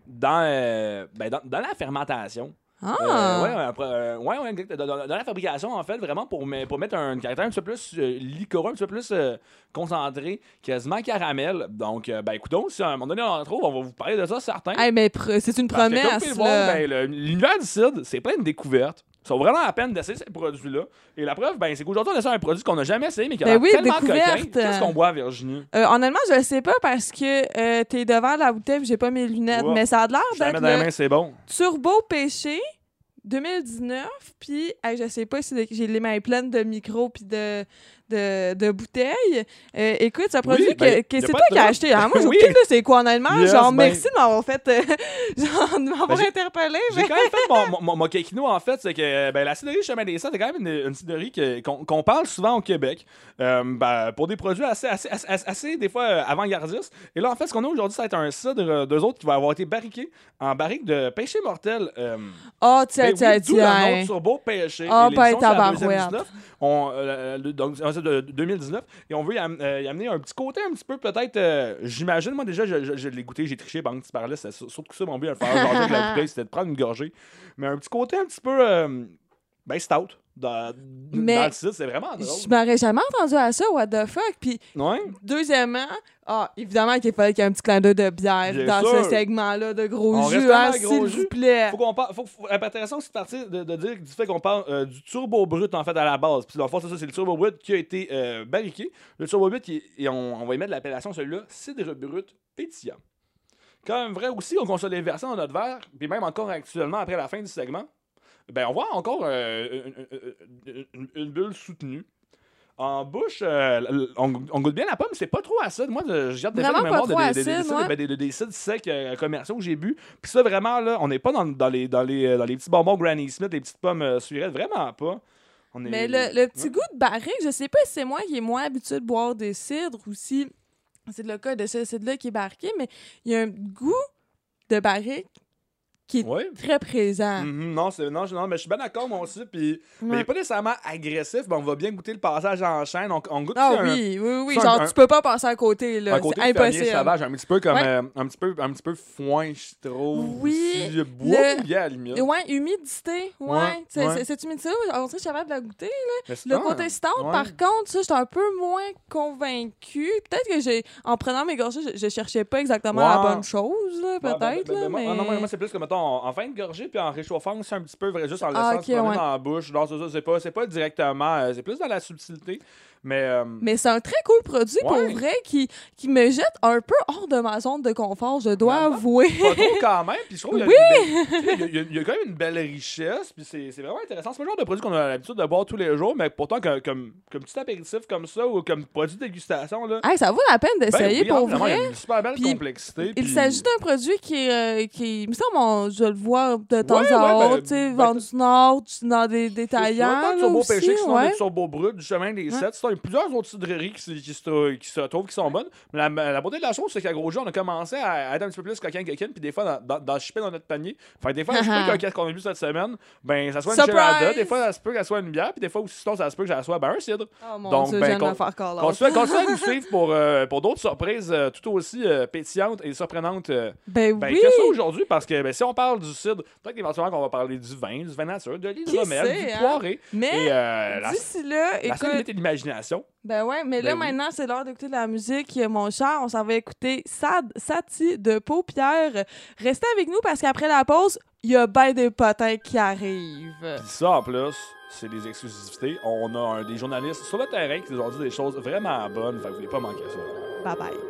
dans la fermentation. Ah! Dans la fabrication, en fait, vraiment pour mettre un caractère un petit peu plus liquoreux, un petit peu plus concentré, quasiment caramel. Donc, écoutons, si à un moment donné on en trouve, on va vous parler de ça, certains. Hey, mais c'est une Parce que, comme vous promesse, pouvez le voir, là. l'univers du cidre, c'est plein de découvertes. Ça vaut vraiment la peine d'essayer ces produits-là. Et la preuve, c'est qu'aujourd'hui, on essaie un produit qu'on n'a jamais essayé, mais qui a Ben l'air oui, tellement coquin. découverte. Qu'est-ce qu'on boit, Virginie? Honnêtement, je le sais pas parce que t'es devant la bouteille et j'ai pas mes lunettes, Ouais. mais ça a l'air Je la mets d'être dans les le mains, c'est bon. Turbo Pêché 2019, puis je sais pas si j'ai les mains pleines de micros puis de bouteilles. Écoute, c'est un produit Oui, ben, que y a c'est pas toi de qui as doute. acheté. Hein? Moi, j'ai Oui. aucune idée c'est quoi, honnêtement. Yes, genre, ben- merci de m'avoir fait... de m'avoir j'ai- interpellé. J'ai quand même fait mon kekino, en fait, c'est que la cidrerie Chemin des Saints, c'est quand même une cidrerie qu'on parle souvent au Québec pour des produits assez des fois, avant-gardistes. Et là, en fait, ce qu'on a aujourd'hui, ça va être un cidre d'eux autres qui va avoir été barriqué en barrique de pêché mortel. Oh, tiens, D'où le nom Turbo Pêché. Ah, Et ben, l'édition, c'est la tabarouette. deuxième 19. Donc, c'est de 2019. Et on veut y amener un petit côté un petit peu, peut-être, j'imagine, moi déjà, je l'ai goûté, j'ai triché pendant que tu parlais. C'est surtout ça, mon but, à le faire jaser avec la bouteille, c'était de prendre une gorgée. Mais un petit côté un petit peu, stout. Mais- Dans le site, c'est vraiment drôle. Je m'aurais jamais entendu à ça, what the fuck. Puis, Ouais. deuxièmement, évidemment qu'il fallait qu'il y ait un petit clin d'œil de bière Bien dans sûr. ce segment-là de gros On reste jus, vraiment hein, à gros s'il jus. vous plaît. Faut intéressant, c'est de partir de dire du fait qu'on parle du turbo brut en fait à la base. Puis dans le fond, c'est le turbo brut qui a été barriqué. Le turbo brut, on va y mettre l'appellation celui-là, cidre brut pétillant. Quand même vrai aussi, on consomme les versants dans notre verre, puis même encore actuellement après la fin du segment, on voit encore une bulle soutenue. En bouche, on goûte bien la pomme, c'est pas trop acide. Moi, je garde des Vraiment mémoires pas trop acide, ouais. des cidres secs commerciaux que j'ai bu. Puis ça, vraiment, là, on n'est pas dans les petits bonbons Granny Smith, les petites pommes surettes, vraiment pas. On est... Mais le petit goût de barrique, je sais pas si c'est moi qui est moins habitué de boire des cidres ou si c'est le cas de ce cidre-là qui est barriqué, mais il y a un goût de barrique qui est très présent. Non, mais je suis bien d'accord, moi aussi. Puis, mais il n'est pas nécessairement agressif, mais on va bien goûter le passage en chaîne. On goûte oui. Genre, tu peux pas passer à côté, là. Un côté c'est impossible. sauvage, un petit peu comme un petit peu foin, je trouve. Oui. Bois mouillé, à la limite. Ouais, humidité. Ouais. Cette humidité, on dirait que je suis capable de la goûter, là. Le côté stout, par contre, ça, j'étais un peu moins convaincue. Peut-être que en prenant mes gorgées, je cherchais pas exactement la bonne chose, là, peut-être. Moi, c'est plus comme, mettons, en fin de gorgée, puis en réchauffant, c'est un petit peu, juste en laissant se promener dans la bouche. Non, c'est pas directement, c'est plus dans la subtilité. Mais c'est un très cool produit, pour vrai, qui me jette un peu hors de ma zone de confort, je dois avouer. Pas trop quand même, puis je trouve qu'il y a quand même une belle richesse, puis c'est vraiment intéressant. C'est pas le genre de produit qu'on a l'habitude de boire tous les jours, mais pourtant, comme petit apéritif comme ça, ou comme produit de dégustation, là... Hey, ça vaut la peine d'essayer, pour vrai. Il y a une super belle complexité. Il s'agit d'un produit qui il me semble, je le vois de temps à autre, tu sais, vendu du Nord, dans des détaillants, sur Beau Pêché, qui sont des sur Beau Brut, du chemin des 7. Il y a plusieurs autres cidreries qui se retrouvent, qui sont bonnes. Mais la beauté de la chose, c'est qu'à gros jeu, on a commencé à être un petit peu plus coquin-coquin, puis des fois, dans chipper dans notre panier. Fait que des fois, je sais qu'un qu'on a vu cette semaine, ben, ça soit une chelada, des fois, ça se peut qu'elle soit une bière, puis des fois, aussi, ça se peut que ça soit un cidre. Oh mon Dieu, j'aime la faire call-out. Continuez à nous suivre pour d'autres surprises tout aussi pétillantes et surprenantes que ça aujourd'hui, parce que si on parle du cidre, peut-être qu'éventuellement qu'on va parler du vin nature, de l'hydromel, du poiré. Mais d'ici là, la seule limite est l'imagination. Ben ouais, mais là, maintenant, c'est l'heure d'écouter de la musique, mon cher. On s'en va écouter Sati de Paupières. Restez avec nous parce qu'après la pause, il y a ben des potins qui arrivent. Puis ça, en plus, c'est des exclusivités. On a des journalistes sur le terrain qui nous ont dit des choses vraiment bonnes. Fait que vous voulez pas manquer ça. Bye bye.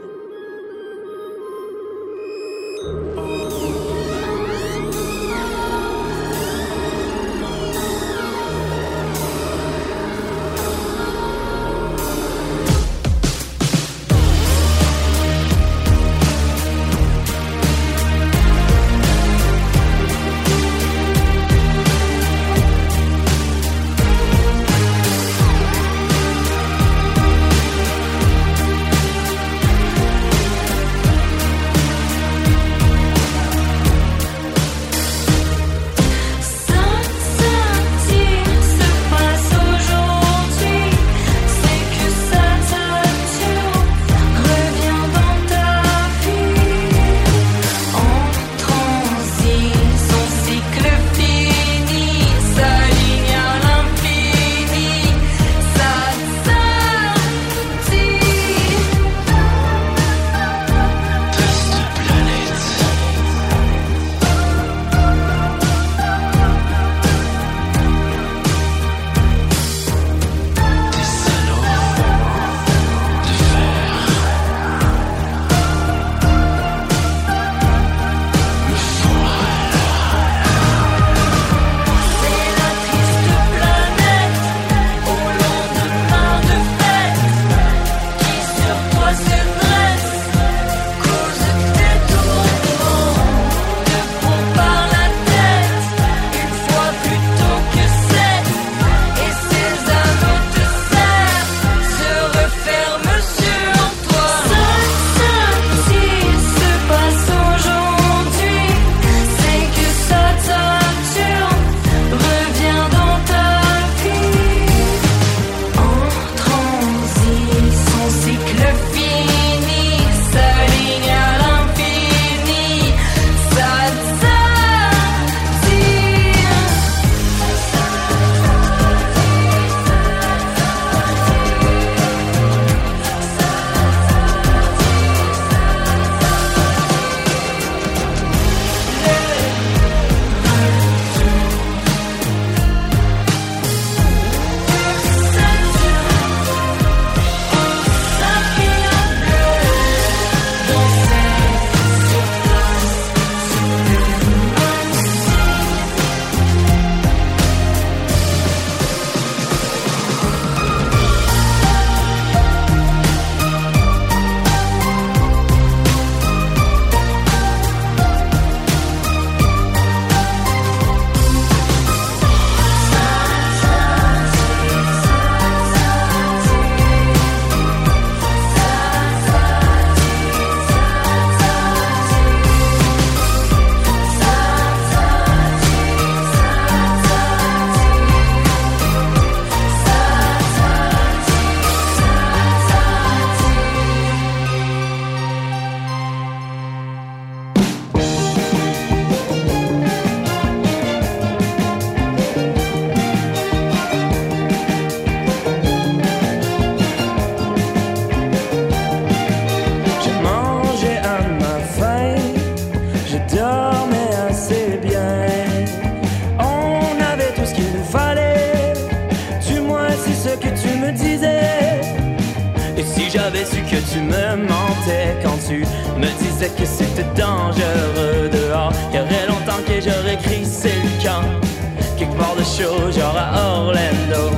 me disais. Et si j'avais su que tu me mentais quand tu me disais que c'était dangereux dehors, il y aurait longtemps que j'aurais crissé le camp quelque part de chaud, genre à Orlando.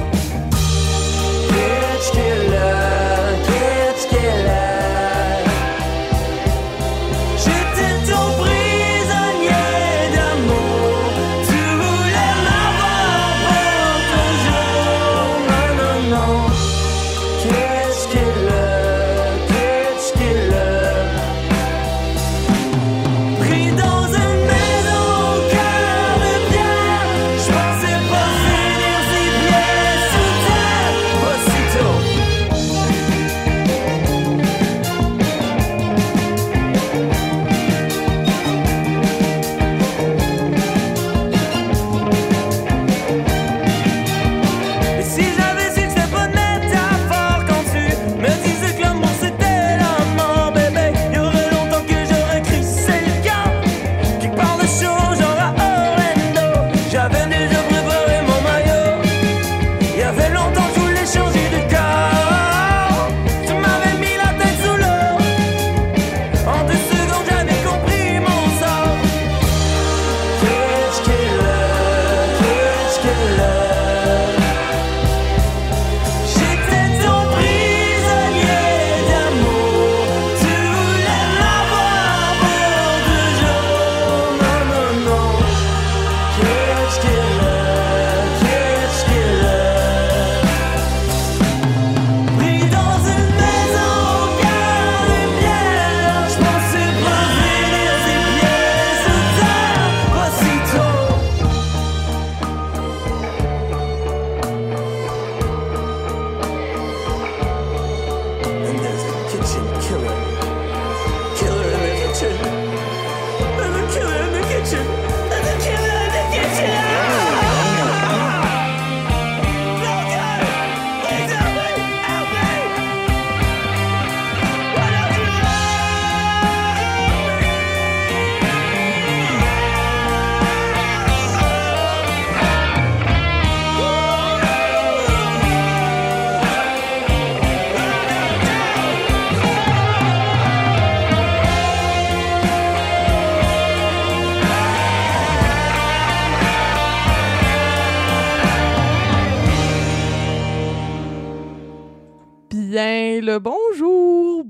Catch killer, catch killer. J'étais ton prisonnier d'amour. Tu voulais m'avoir pour toujours. Non, non, non. Catch killer, catch killer. Pris dans une maison au cœur de pierre, j'pensais pas finir si bien sous terre. Aussitôt. Et si j'avais su que c'était pas de métaphore quand tu me disais que l'amour c'était la mort, bébé, il y aurait longtemps que j'aurais crissé le camp quelque part de chaud, genre à Orlando. J'avais déjà préparé mon maillot. Il y avait longtemps que je voulais changer de corps. Tu m'avais mis la tête sous l'eau. En 2 secondes j'avais compris mon sort. Catch killer, catch killer. J'étais ton prisonnier d'amour. Tu voulais m'avoir pour toujours. Non, non, non. Catch killer, catch killer. Pris dans une maison au cœur des pierres, j'pensais pas finir ses pieds sous terre. Aussitôt. And there's a kitchen killer. Killer in the kitchen. There's a killer in the kitchen. There's a killer in the kitchen. No good. Please help me. Help me. Why don't you Bien le bonjour,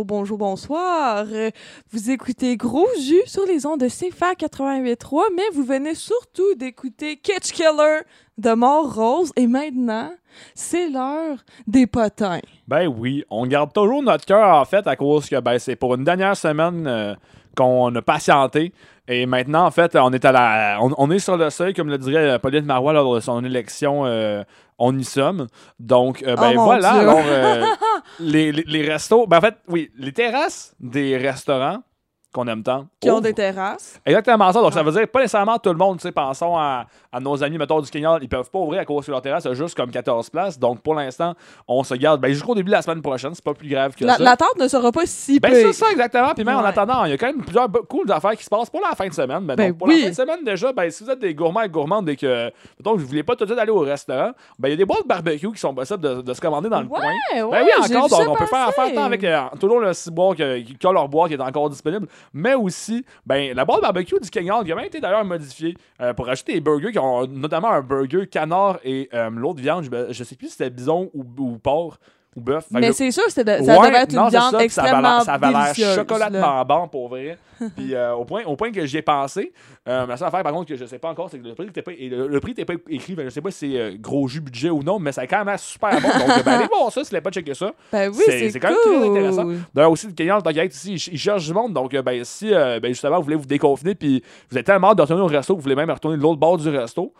bonsoir. Vous écoutez Gros Jus sur les ondes de CFA 88.3, mais vous venez surtout d'écouter Catch Killer de Mort-Rose. Et maintenant, c'est l'heure des potins. Ben oui, on garde toujours notre cœur en fait à cause que ben, c'est pour une dernière semaine qu'on a patienté. Et maintenant, en fait, on est sur le seuil, comme le dirait Pauline Marois lors de son élection. On y sommes. Donc, ben mon voilà. Dieu. Alors, les restos. Ben en fait, oui, les terrasses des restaurants qu'on aime tant. Qui ont ouvrent. des terrasses. Exactement ça. Donc, ça veut dire pas nécessairement tout le monde. Tu sais, pensons à nos amis, mettons, du Kenya. Ils peuvent pas ouvrir à cause que leur terrasse a juste comme 14 places. Donc, pour l'instant, on se garde jusqu'au début de la semaine prochaine. C'est pas plus grave que ça. La tente ne sera pas si Ben, pire. c'est ça, exactement. Puis même en Ouais. attendant, il y a quand même plusieurs cool d'affaires qui se passent pour la fin de semaine. Ben, Ben donc, pour oui. la fin de semaine, déjà, ben, si vous êtes des gourmands et gourmandes et que, mettons, vous voulez pas tout de suite aller au restaurant, ben, il y a des boîtes de barbecue qui sont possibles de se commander dans le coin. Ouais, Ben oui, j'ai encore, vu ça donc on peut faire passer. tant avec toujours le ciboire qui a leur boîte qui est encore disponible, mais aussi, ben, la boîte de barbecue du Kenyan qui a même été d'ailleurs modifiée pour ajouter des burgers qui ont notamment un burger canard et l'autre viande, je sais plus si c'était bison ou porc ou bœuf. Fait Mais que- c'est sûr, ça Ouais, devait être non, une c'est viande ça, puis extrêmement ça avait l'air délicieuse. chocolatement là. bon pour vrai. Puis au point que j'y ai pensé, la seule affaire par contre que je sais pas encore, c'est que le prix n'était pas écrit. Ben, je sais pas si c'est gros jus budget ou non, mais ça a quand même l'air super bon. Donc ben, allez voir ça si vous n'avez pas checké ça. Ben oui, c'est quand même cool. très intéressant. D'ailleurs aussi, le Kenyan, le Direct ici, il cherche du monde. Donc ben, si justement vous voulez vous déconfiner, puis vous êtes tellement hâte de retourner au resto, vous voulez même retourner de l'autre bord du resto.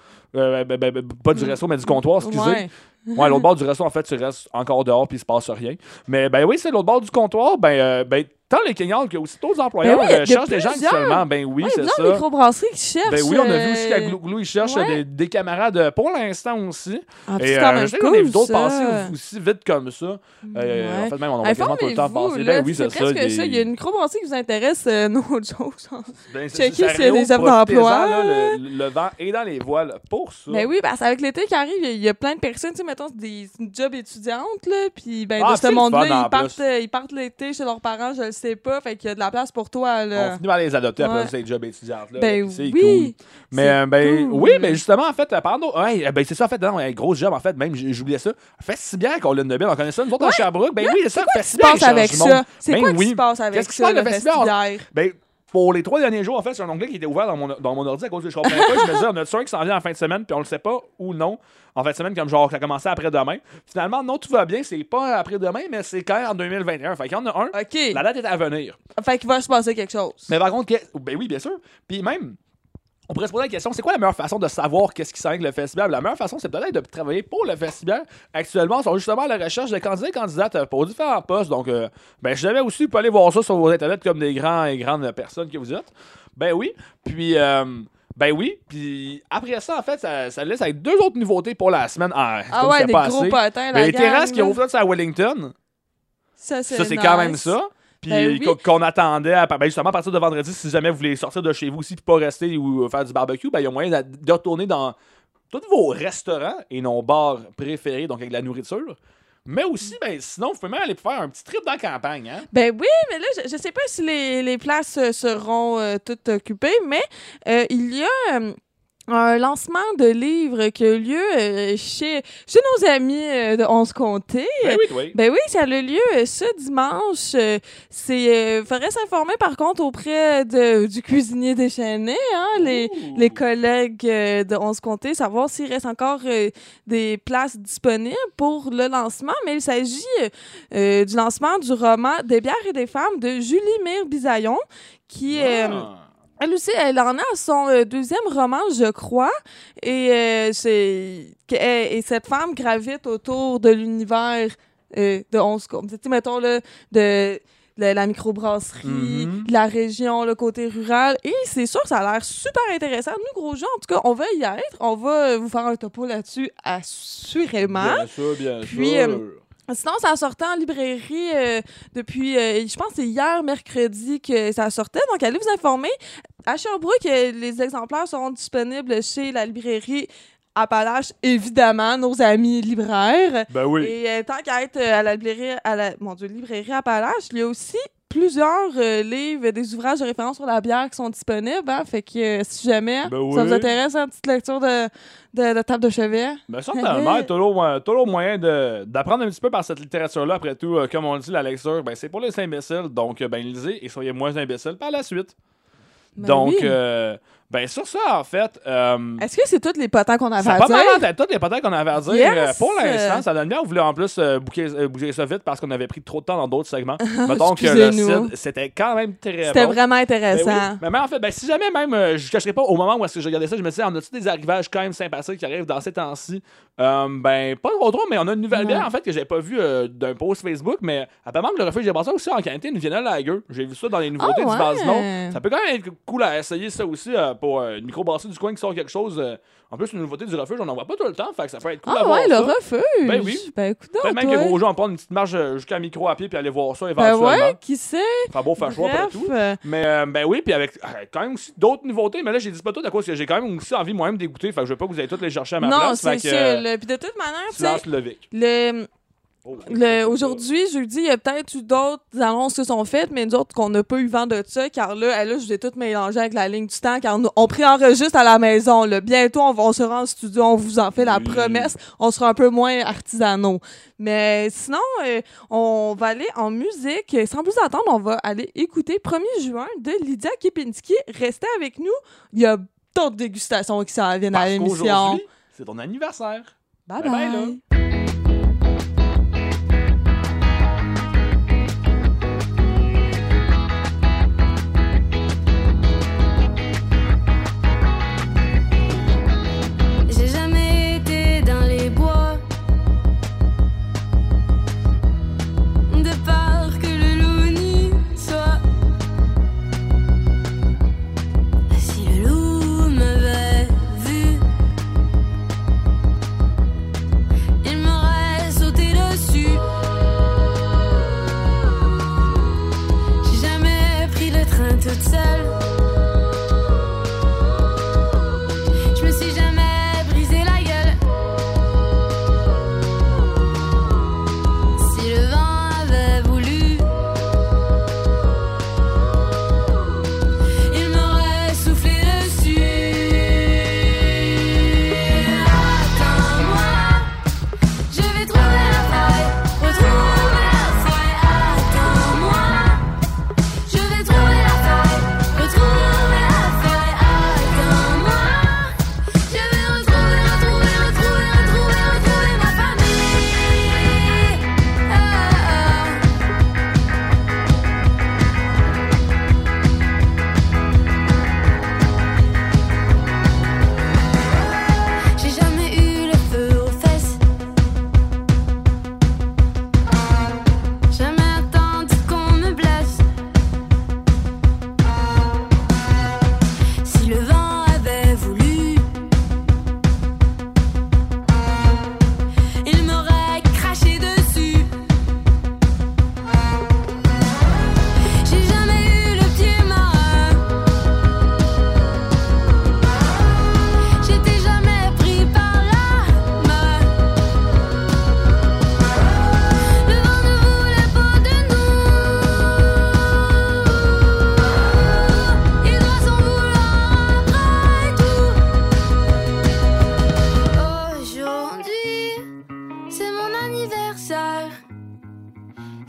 Pas du resto, mais du comptoir, excusez. Ouais. Ouais, l'autre bord du resto, en fait, tu restes encore dehors puis il se passe rien. Mais ben oui, c'est l'autre bord du comptoir. tant les Kenyans que aussi d'autres employeurs Ben oui, il y a cherchent des gens plusieurs. actuellement. Ben oui, Ouais, c'est plusieurs ça. microbrasseries qui cherchent. Ben oui, on a vu aussi qu'à Glou, ils cherchent ouais. des camarades pour l'instant aussi. Ah, puis Et c'est quand même je sais qu'on a vu cool, d'autres ça. passer aussi vite comme ça. Ouais. En fait, même, on en voit quasiment tout le temps Informez-vous, passer. là, Ben oui, c'est ça. presque ça. Il y a une microbrasserie qui vous intéresse, nos jokes. Ben, checker ça s'il y a des réouvre, offres d'emploi. profitez-en, là, le vent est dans les voiles pour ça. Ben oui, parce qu'avec l'été qui arrive, il y a plein de personnes, tu sais, mettons, des jobs étudiantes, là, puis ben, Ah, de c'est ce le monde-là, fun, en ils partent l'été chez leurs parents, je le sais pas, fait qu'il y a de la place pour toi, On là. finit par les adopter après Ouais. ces jobs étudiantes. Là, Ben c'est oui, cool. Mais c'est cool. oui, mais justement, en fait, pardon, ben c'est ça, en fait, non, un gros job, en fait, même, j'oubliais ça. Fait si bien qu'on l'a nommé, on connaît ça, nous autres, à Sherbrooke. Ben oui, c'est ça, fait si Qu'est-ce qui bien se passe avec ça? C'est Ben quoi qui oui. se passe avec Qu'est-ce qui se ça, passe, le le festival? vestiaire? Ben, pour les 3 derniers jours, en fait, c'est un onglet qui était ouvert dans mon ordi à cause que je comprenais pas. Je me disais, on a un qui s'en vient en fin de semaine, puis on le sait pas ou non. En fin de semaine, comme genre, ça a commencé après-demain. Finalement, non, tout va bien. C'est pas après-demain, mais c'est quand même en 2021. Fait qu'il y en a un. OK. La date est à venir. Fait qu'il va se passer quelque chose. Mais par contre, ben oui, bien sûr. Puis même, on pourrait se poser la question, c'est quoi la meilleure façon de savoir qu'est-ce qui s'en vient avec le festival? La meilleure façon, c'est peut-être de travailler pour le festival. Actuellement, ils sont justement à la recherche de candidats et candidates pour différents postes. Donc, ben, je savais aussi, vous pouvez aller voir ça sur vos internets comme des grands et grandes personnes que vous êtes. Ben oui. Puis, ben oui. Puis après ça, en fait, ça laisse avec 2 autres nouveautés pour la semaine. Ah comme ouais, c'était des pas gros assez. potins, Ben, la les terrasses gang, qui là. ouvrent ça à Wellington. Ça, Ça, c'est quand même nice. ça. Puis Ben oui. qu'on attendait, ben justement à partir de vendredi, si jamais vous voulez sortir de chez vous aussi puis pas rester ou faire du barbecue, ben il y a moyen de retourner dans tous vos restaurants et nos bars préférés, donc avec de la nourriture. Mais aussi, ben sinon, vous pouvez même aller faire un petit trip dans la campagne, hein? Ben oui, mais là, je sais pas si les places seront toutes occupées, mais il y a un lancement de livre qui a eu lieu chez nos amis de 11 Comtés. Ben oui, oui. Ben oui, ça a eu lieu ce dimanche. Faudrait s'informer par contre auprès du cuisinier déchaîné, hein, les collègues de 11 Comtés, savoir s'il reste encore des places disponibles pour le lancement. Mais il s'agit du lancement du roman Des bières et des femmes de Julie Mire-Bisaillon, qui elle aussi, elle en a son 2e roman, je crois. Et cette femme gravite autour de l'univers de 11 Comtés. Tu sais, mettons, là, de la microbrasserie, de la région, le côté rural. Et c'est sûr, ça a l'air super intéressant. Nous, gros gens, en tout cas, on va y être. On va vous faire un topo là-dessus, assurément. Bien sûr, bien Puis, sûr. Sinon, ça sortait en librairie depuis, je pense que c'est hier, mercredi, que ça sortait. Donc, allez vous informer. À Sherbrooke, les exemplaires seront disponibles chez la librairie Appalache, évidemment, nos amis libraires. Ben oui. Et tant qu'à être à la librairie Appalache, il y a aussi plusieurs livres, des ouvrages de référence sur la bière qui sont disponibles. Hein? Fait que si jamais Ben oui. ça vous intéresse, une petite lecture de table de chevet. Ben certainement, il y a toujours moyen d'apprendre un petit peu par cette littérature-là. Après tout, comme on le dit, la lecture, ben c'est pour les imbéciles. Donc, ben lisez et soyez moins imbéciles par la suite. Ben Donc, oui. ben sur ça, en fait... Est-ce que c'est tous les potins qu'on avait ça à pas dire? mal d'être toutes les potins qu'on avait à dire. Yes! Pour l'instant, ça donne bien. On voulait en plus bouger ça vite parce qu'on avait pris trop de temps dans d'autres segments. Mettons que le Excusez-nous. site, c'était quand même très C'était bon. vraiment Ben intéressant. oui. Mais en fait, ben, si jamais même, je ne cacherai pas, au moment où est-ce que je regardais ça, je me disais, on a-tu des arrivages quand même sympathiques qui arrivent dans ces temps-ci? Ben, pas trop, mais on a une nouvelle bière, en fait, que j'avais pas vue d'un post Facebook, mais apparemment que le refuge j'ai passé aussi en qualité, une Vienna Lager. J'ai vu ça dans les nouveautés du ouais. Vasinon. Ça peut quand même être cool à essayer ça aussi pour une microbrasserie du coin qui sort quelque chose. En plus, une nouveauté du refuge, on n'en voit pas tout le temps, fait que ça peut être cool à Ah voir ouais, le ça. refuge. Ben oui. Ben écoute Peut-être même que gros gens vont prendre une petite marche jusqu'à micro à pied puis aller voir ça Ben éventuellement. ouais, qui sait? Faire beau, faire choix, après Bref, tout. Mais ben oui, puis avec quand même aussi d'autres nouveautés, mais là j'ai dit pas tout à cause que j'ai quand même aussi envie moi-même d'écouter, fait que je veux pas que vous ayez toutes les chercher à ma non, place. c'est Fait sûr. que Puis de toute manière, tu sais, silence le Vic. aujourd'hui, jeudi, il y a peut-être eu d'autres annonces qui sont faites, mais d'autres qu'on n'a pas eu vent de ça, car là, je vous ai tout mélangé avec la ligne du temps, car on préenregistre à la maison. Là. Bientôt, on se rend en studio, on vous en fait la promesse, on sera un peu moins artisanaux. Mais sinon, on va aller en musique. Sans plus attendre, on va aller écouter 1er juin de Lydia Kepinski. Restez avec nous, il y a d'autres dégustations qui s'en viennent à Parce l'émission. qu'aujourd'hui, c'est ton anniversaire. Bye Bye bye, là. bye. J'ai jamais été dans les bois, de peur que le loup n'y soit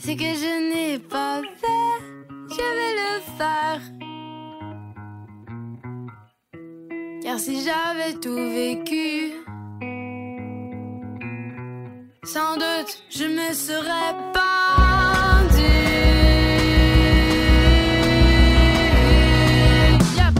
Ce que je n'ai pas fait, je vais le faire. Car si j'avais tout vécu, sans doute je me serais pendue. Yep.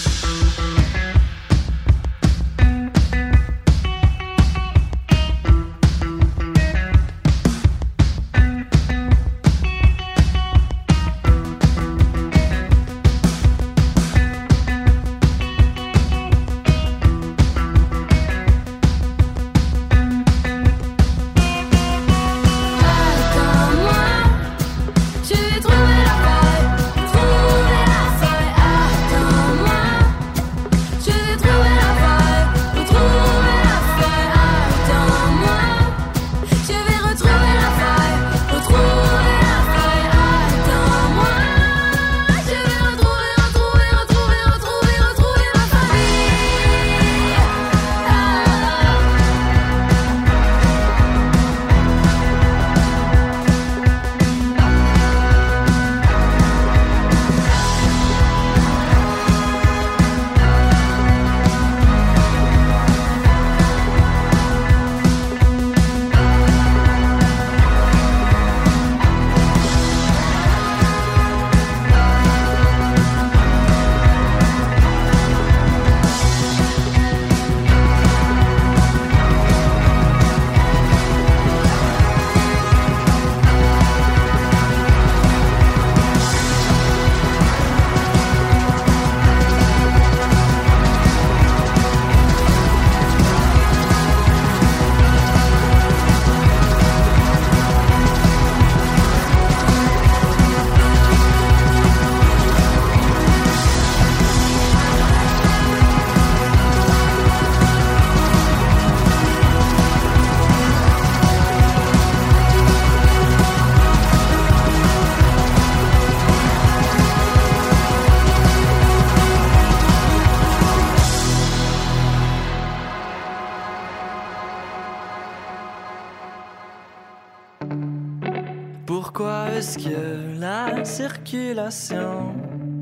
Pourquoi est-ce que la circulation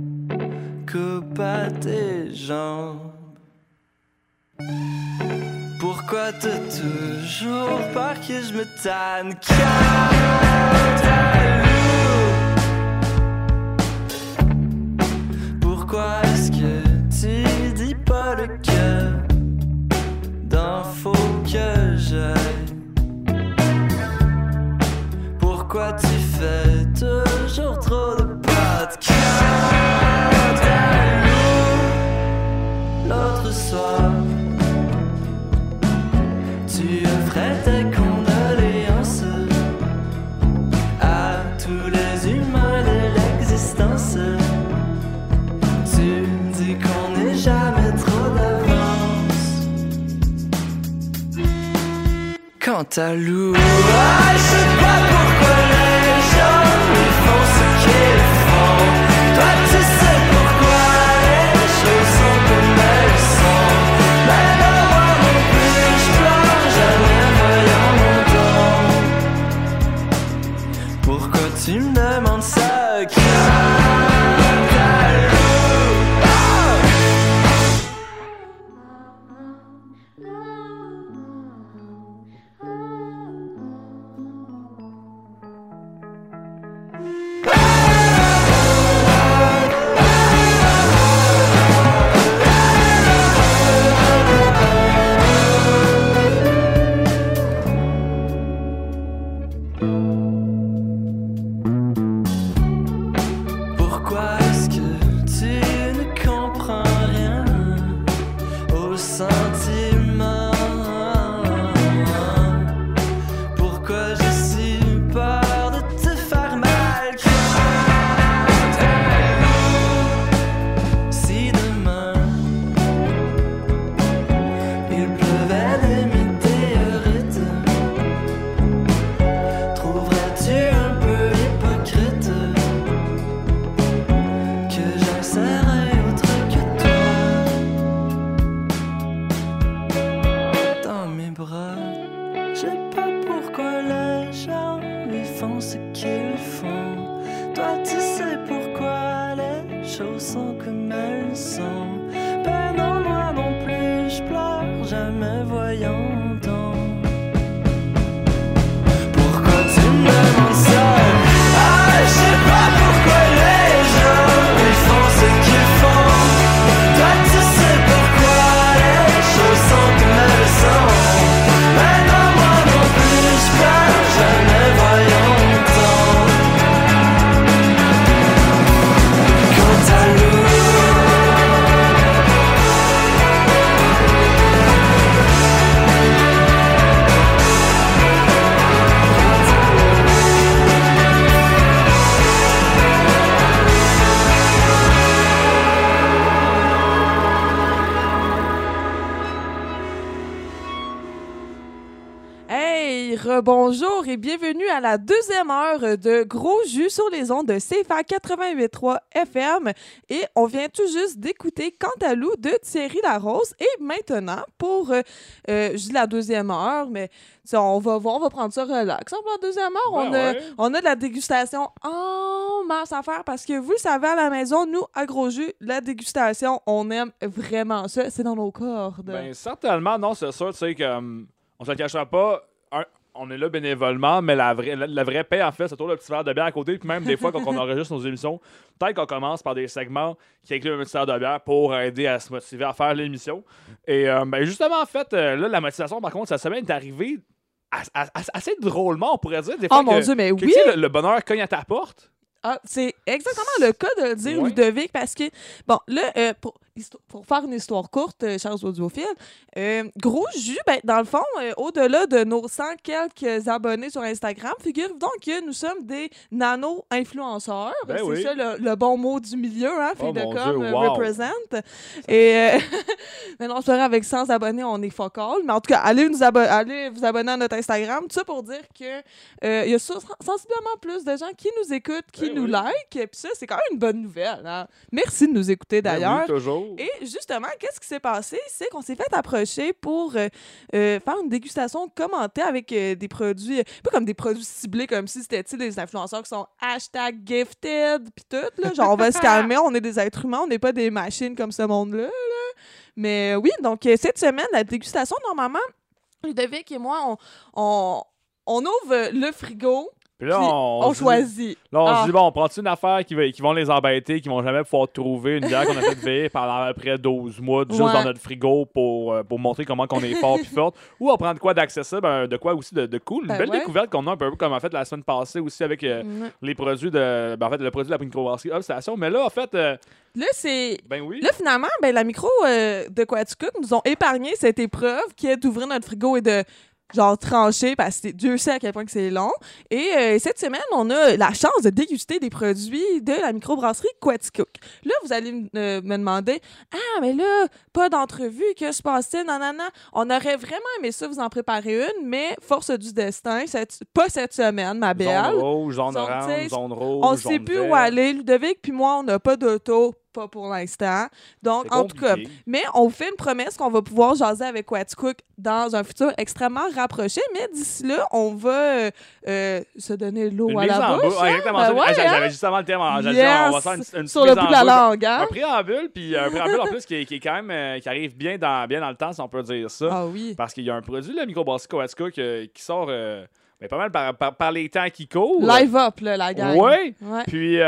coupe à tes jambes? Pourquoi t'as toujours peur que je me tanne Pourquoi est-ce que tu dis pas le cœur d'infos que j'ai? Pourquoi tu fais toujours trop de podcasts? L'autre soir, tu offrais tes condoléances à tous les humains de l'existence. Tu dis qu'on n'est jamais trop d'avance. Quant à Lou, je sais pas pourquoi les gens ils font ce qu'ils font. Toi tu sais pourquoi les choses sont comme elles sont. Mais non, moi non plus, je pleure jamais voyant mon don. Pourquoi tu me demandes ça quand t'as Lou? Pourquoi est-ce que tu ne comprends rien aux sentiments? Pourquoi j'ai si peur de te faire mal? Si demain il pleuvait des météorites, trouverais-tu un peu hypocrite que j'insérais autre que toi dans mes bras? Je sais pas pourquoi les gens ils font ce qu'ils font. Toi, tu sais pourquoi les choses sont comme elles sont. Ben non, moi non plus, je pleure jamais voyant donc. Pourquoi tu me demandes ça? Ah, je sais pas pourquoi les gens ils font ce qu'ils font. Toi tu sais pourquoi les choses sont comme elles sont. Mais non, moi non plus, je pleure jamais voyant tant. Quant à nous, Hey, rebonjour et bienvenue à la deuxième heure de Gros Jus sur les ondes de CFA 88.3 FM. Et on vient tout juste d'écouter Cantalou de Thierry Larose. Et maintenant, pour je dis la deuxième heure, mais on va prendre ça relax. Pour la deuxième heure, on a de la dégustation en masse à faire parce que vous le savez à la maison, nous, à Gros Jus, la dégustation, on aime vraiment ça. C'est dans nos cordes. Ben, certainement, non, c'est sûr, tu sais, que on se le cachera pas. On est là bénévolement, mais la vraie paix, en fait, c'est toujours le petit verre de bière à côté. Puis même des fois, quand on enregistre nos émissions, peut-être qu'on commence par des segments qui incluent un petit verre de bière pour aider à se motiver à faire l'émission. Et ben, justement, en fait, là, la motivation, par contre, cette semaine est arrivée assez drôlement, on pourrait dire. Des fois, Oh mon Dieu, mais que, oui! tu sais, le bonheur cogne à ta porte. Ah, c'est exactement le cas de le dire, Ouais. Ludovic, parce que, bon, là, pour faire une histoire courte, chers audiophiles, Gros Jus, ben, dans le fond, au-delà de nos 100 quelques abonnés sur Instagram, figure donc que nous sommes des nano-influenceurs. Ben c'est oui. ça le bon mot du milieu, hein, Oh fille de mon com, Dieu, wow. represent. Et, mais non, je dirais avec 100 abonnés, on est focal. Mais en tout cas, allez vous abonner à notre Instagram. Tout ça pour dire que il y a sensiblement plus de gens qui nous écoutent, qui nous like. Puis ça, c'est quand même une bonne nouvelle. Hein? Merci de nous écouter d'ailleurs. Ben oui, toujours. Et justement, qu'est-ce qui s'est passé? C'est qu'on s'est fait approcher pour faire une dégustation commentée avec des produits, pas comme des produits ciblés, comme si c'était des influenceurs qui sont #gifted, puis tout. Là, genre, on va se calmer, on est des êtres humains, on n'est pas des machines comme ce monde-là. Là. Mais oui, donc cette semaine, la dégustation, normalement, Ludovic et moi, on ouvre le frigo. Puis là, Puis on se choisit. Là, on Ah. se dit, bon, on prend une affaire qui vont les embêter, qui vont jamais pouvoir trouver une bière qu'on a fait veiller pendant à peu près 12 mois, juste Ouais. dans notre frigo pour montrer comment qu'on est fort puis forte. Ou on prend de quoi d'accessible, de quoi aussi de cool. Une Ben belle ouais. découverte qu'on a un peu comme en fait la semaine passée aussi avec les produits de. En fait, le produit de la microbrasserie Obstation. Mais là, en fait, Là, c'est. ben oui. Là, finalement, ben, la micro de Quaticook nous ont épargné cette épreuve qui est d'ouvrir notre frigo et de genre trancher parce que Dieu sait à quel point que c'est long. Et cette semaine, on a la chance de déguster des produits de la microbrasserie Quaticook. Là, vous allez me demander « Ah, mais là, pas d'entrevue, que se passe-t-il? Nanana. » On aurait vraiment aimé ça vous en préparer une, mais force du destin, pas cette semaine, ma belle. Zone rouge, zone Zone, orange, t'sais, zone rouge. On zone sait plus verte. où aller. Ludovic puis moi, on n'a pas d'auto, pas pour l'instant. Donc, C'est en tout cas, compliqué. mais on vous fait une promesse qu'on va pouvoir jaser avec Quaticook dans un futur extrêmement rapproché. Mais d'ici là, on va se donner l'eau Une à mise la en bouche. bouche. Ah, hein? exactement. Ben ça. ouais, J'avais hein? justement le terme. J'allais Yes! dire, on va faire une Sur le mise bout en de la bouche. langue, hein? Un préambule, puis un préambule en plus qui est quand même qui arrive bien dans le temps, si on peut dire ça. Ah oui. Parce qu'il y a un produit de la microbrasserie Quaticook qui sort ben, pas mal par les temps qui courent. Live up, là, la gang. Ouais. Ouais. Puis,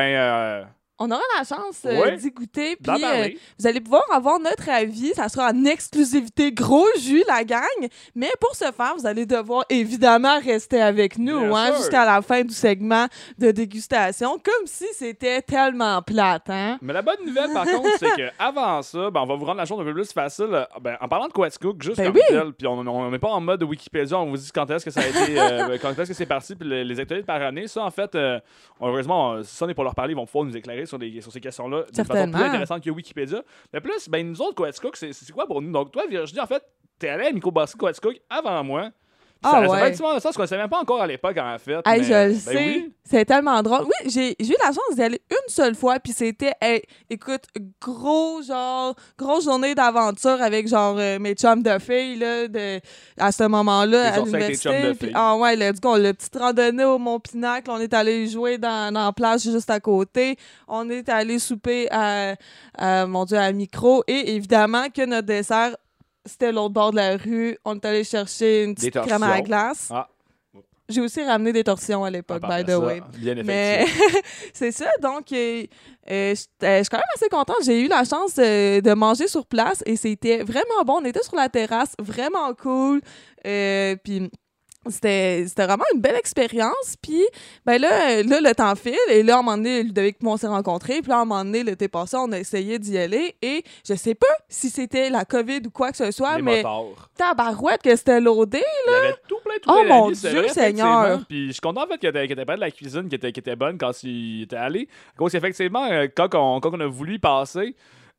On aura la chance Ouais. d'y goûter. d'en Puis parler. vous allez pouvoir avoir notre avis. Ça sera en exclusivité gros jus, la gang. Mais pour ce faire, vous allez devoir évidemment rester avec nous Bien hein, sûr. jusqu'à la fin du segment de dégustation, comme si c'était tellement plate. Hein? Mais la bonne nouvelle, par contre, c'est qu'avant ça, ben, on va vous rendre la chose un peu plus facile. Ben, en parlant de Quaticook, juste Ben comme oui. tel, puis on n'est pas en mode Wikipédia, on vous dit quand est-ce que ça a été, quand est-ce que c'est parti, puis les actualités par année. Ça, en fait, heureusement, si on est pour leur parler, ils vont pouvoir nous éclairer sur ces questions-là de façon Certainement. plus intéressante que Wikipédia. Mais plus, ben, nous autres, Quaticook, c'est quoi pour nous? Donc, toi, Virginie, en fait, t'es allé à la microbrasserie Quaticook avant moi. Ah Ça fait ouais. un petit moment de ça, je ne savais même pas encore à l'époque, en fait. Hey, mais, je le ben sais. oui. C'est tellement drôle. Oui, j'ai eu la chance d'y aller une seule fois, puis c'était, hey, écoute, grosse journée d'aventure avec, genre, mes chums de filles, là, à ce moment-là, T'es à sorti avec tes chums de l'université. Puis, filles. ah ouais, let's go. La petite randonnée au Mont-Pinacle, on est allé jouer dans la plage juste à côté. On est allé souper mon Dieu, à Micro. Et évidemment que notre dessert, c'était l'autre bord de la rue. On est allé chercher une petite crème à la torsions. glace. Ah. J'ai aussi ramené des torsions à l'époque, by the way. Bien Mais effectif. c'est ça, donc je suis quand même assez contente. J'ai eu la chance de manger sur place et c'était vraiment bon. On était sur la terrasse, vraiment cool. Puis c'était vraiment une belle expérience. Puis ben là, le temps file et là, à un moment donné, Ludovic et moi, on s'est rencontrés. Puis là, à un moment donné, l'été passé, on a essayé d'y aller et je sais pas si c'était la COVID ou quoi que ce soit, Les mais motards. tabarouette que c'était loadé. Il y avait tout plein Oh, la mon vie, c'est Dieu, vrai, Seigneur. effectivement. Puis je suis content en fait qu'il était près de la cuisine qui était bonne quand il était allé. Parce qu'effectivement, quand on a voulu y passer,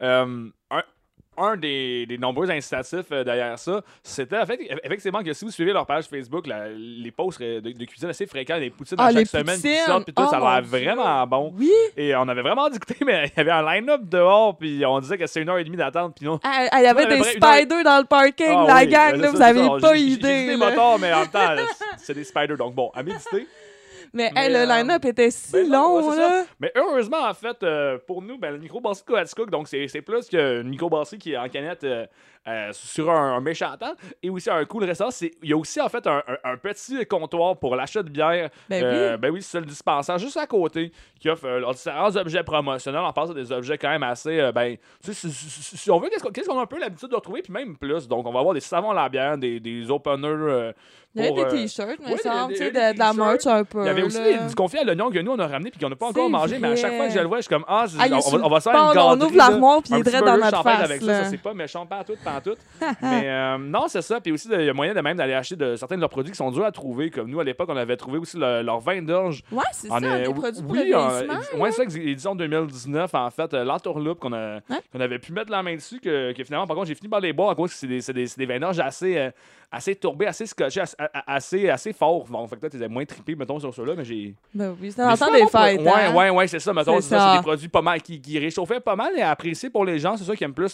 un des nombreux incitatifs derrière ça, c'était effectivement que si vous suivez leur page Facebook, les posts de cuisine assez fréquents, des poutines à les chaque semaine qui poutines. sortent, puis tout, Oh, ça a mon l'air Dieu. vraiment bon. Oui. Et on avait vraiment discuté, mais il y avait un line-up dehors, puis on disait que c'était 1h30 d'attente, puis non. Il y avait Ouais, des après, une heure- spiders dans le parking, Ah la oui, gang, ben là, ça, vous c'est avez ça. pas J'ai idée. des là. motards, mais en même temps, c'est des spiders, donc bon, à méditer. Mais Mais, le line-up était si ben non, long, ouais, c'est là. Mais heureusement, en fait, pour nous, ben, le microbrasserie de Coaticook, donc c'est plus qu'une microbrasserie qui est en canette sur un méchant temps et aussi un cool restaurant. Il y a aussi, en fait, un petit comptoir pour l'achat de bière. Ben oui. C'est le dispensaire juste à côté qui offre leurs différents objets promotionnels. On passe à des objets quand même assez, tu sais, si on veut, qu'est-ce qu'on a un peu l'habitude de retrouver, puis même plus. Donc, on va avoir des savons à la bière, des openers. Il y avait pour, des t-shirts, me oui, semble, tu sais, il y avait de la des merch un peu. il y avait aussi là. du confit à l'oignon que nous, on a ramené puis qu'on n'a pas encore C'est mangé. Mais à chaque fois que je le vois, je suis comme, il est sur on va se faire le une bord, gâterie. on ouvre l'armoire, puis il un est petit direct dans burger notre champagne face. avec là. ça, c'est pas méchant, pas tout. Mais non, c'est ça. Puis aussi, il y a moyen de même d'aller acheter certains de leurs produits qui sont durs à trouver. Comme nous, à l'époque, on avait trouvé aussi leur vin d'orge. Ouais, c'est ça, des produits pour le oui, vieillissement. ouais, c'est ça, édition 2019, en fait, l'entourloupe qu'on avait pu mettre la main dessus, que finalement, par contre, j'ai fini par les boire à cause que c'est des vins d'orge assez tourbés, assez scotchés, assez forts. Bon, fait que toi, t'es moins trippé, mettons, sur ceux-là, mais j'ai... Ben oui, c'est Mais dans le temps super des bon pour- fêtes. hein. Ouais, c'est ça, mettons, C'est c'est ça. des produits pas mal, qui réchauffaient pas mal et appréciés pour les gens, c'est ça qui aiment plus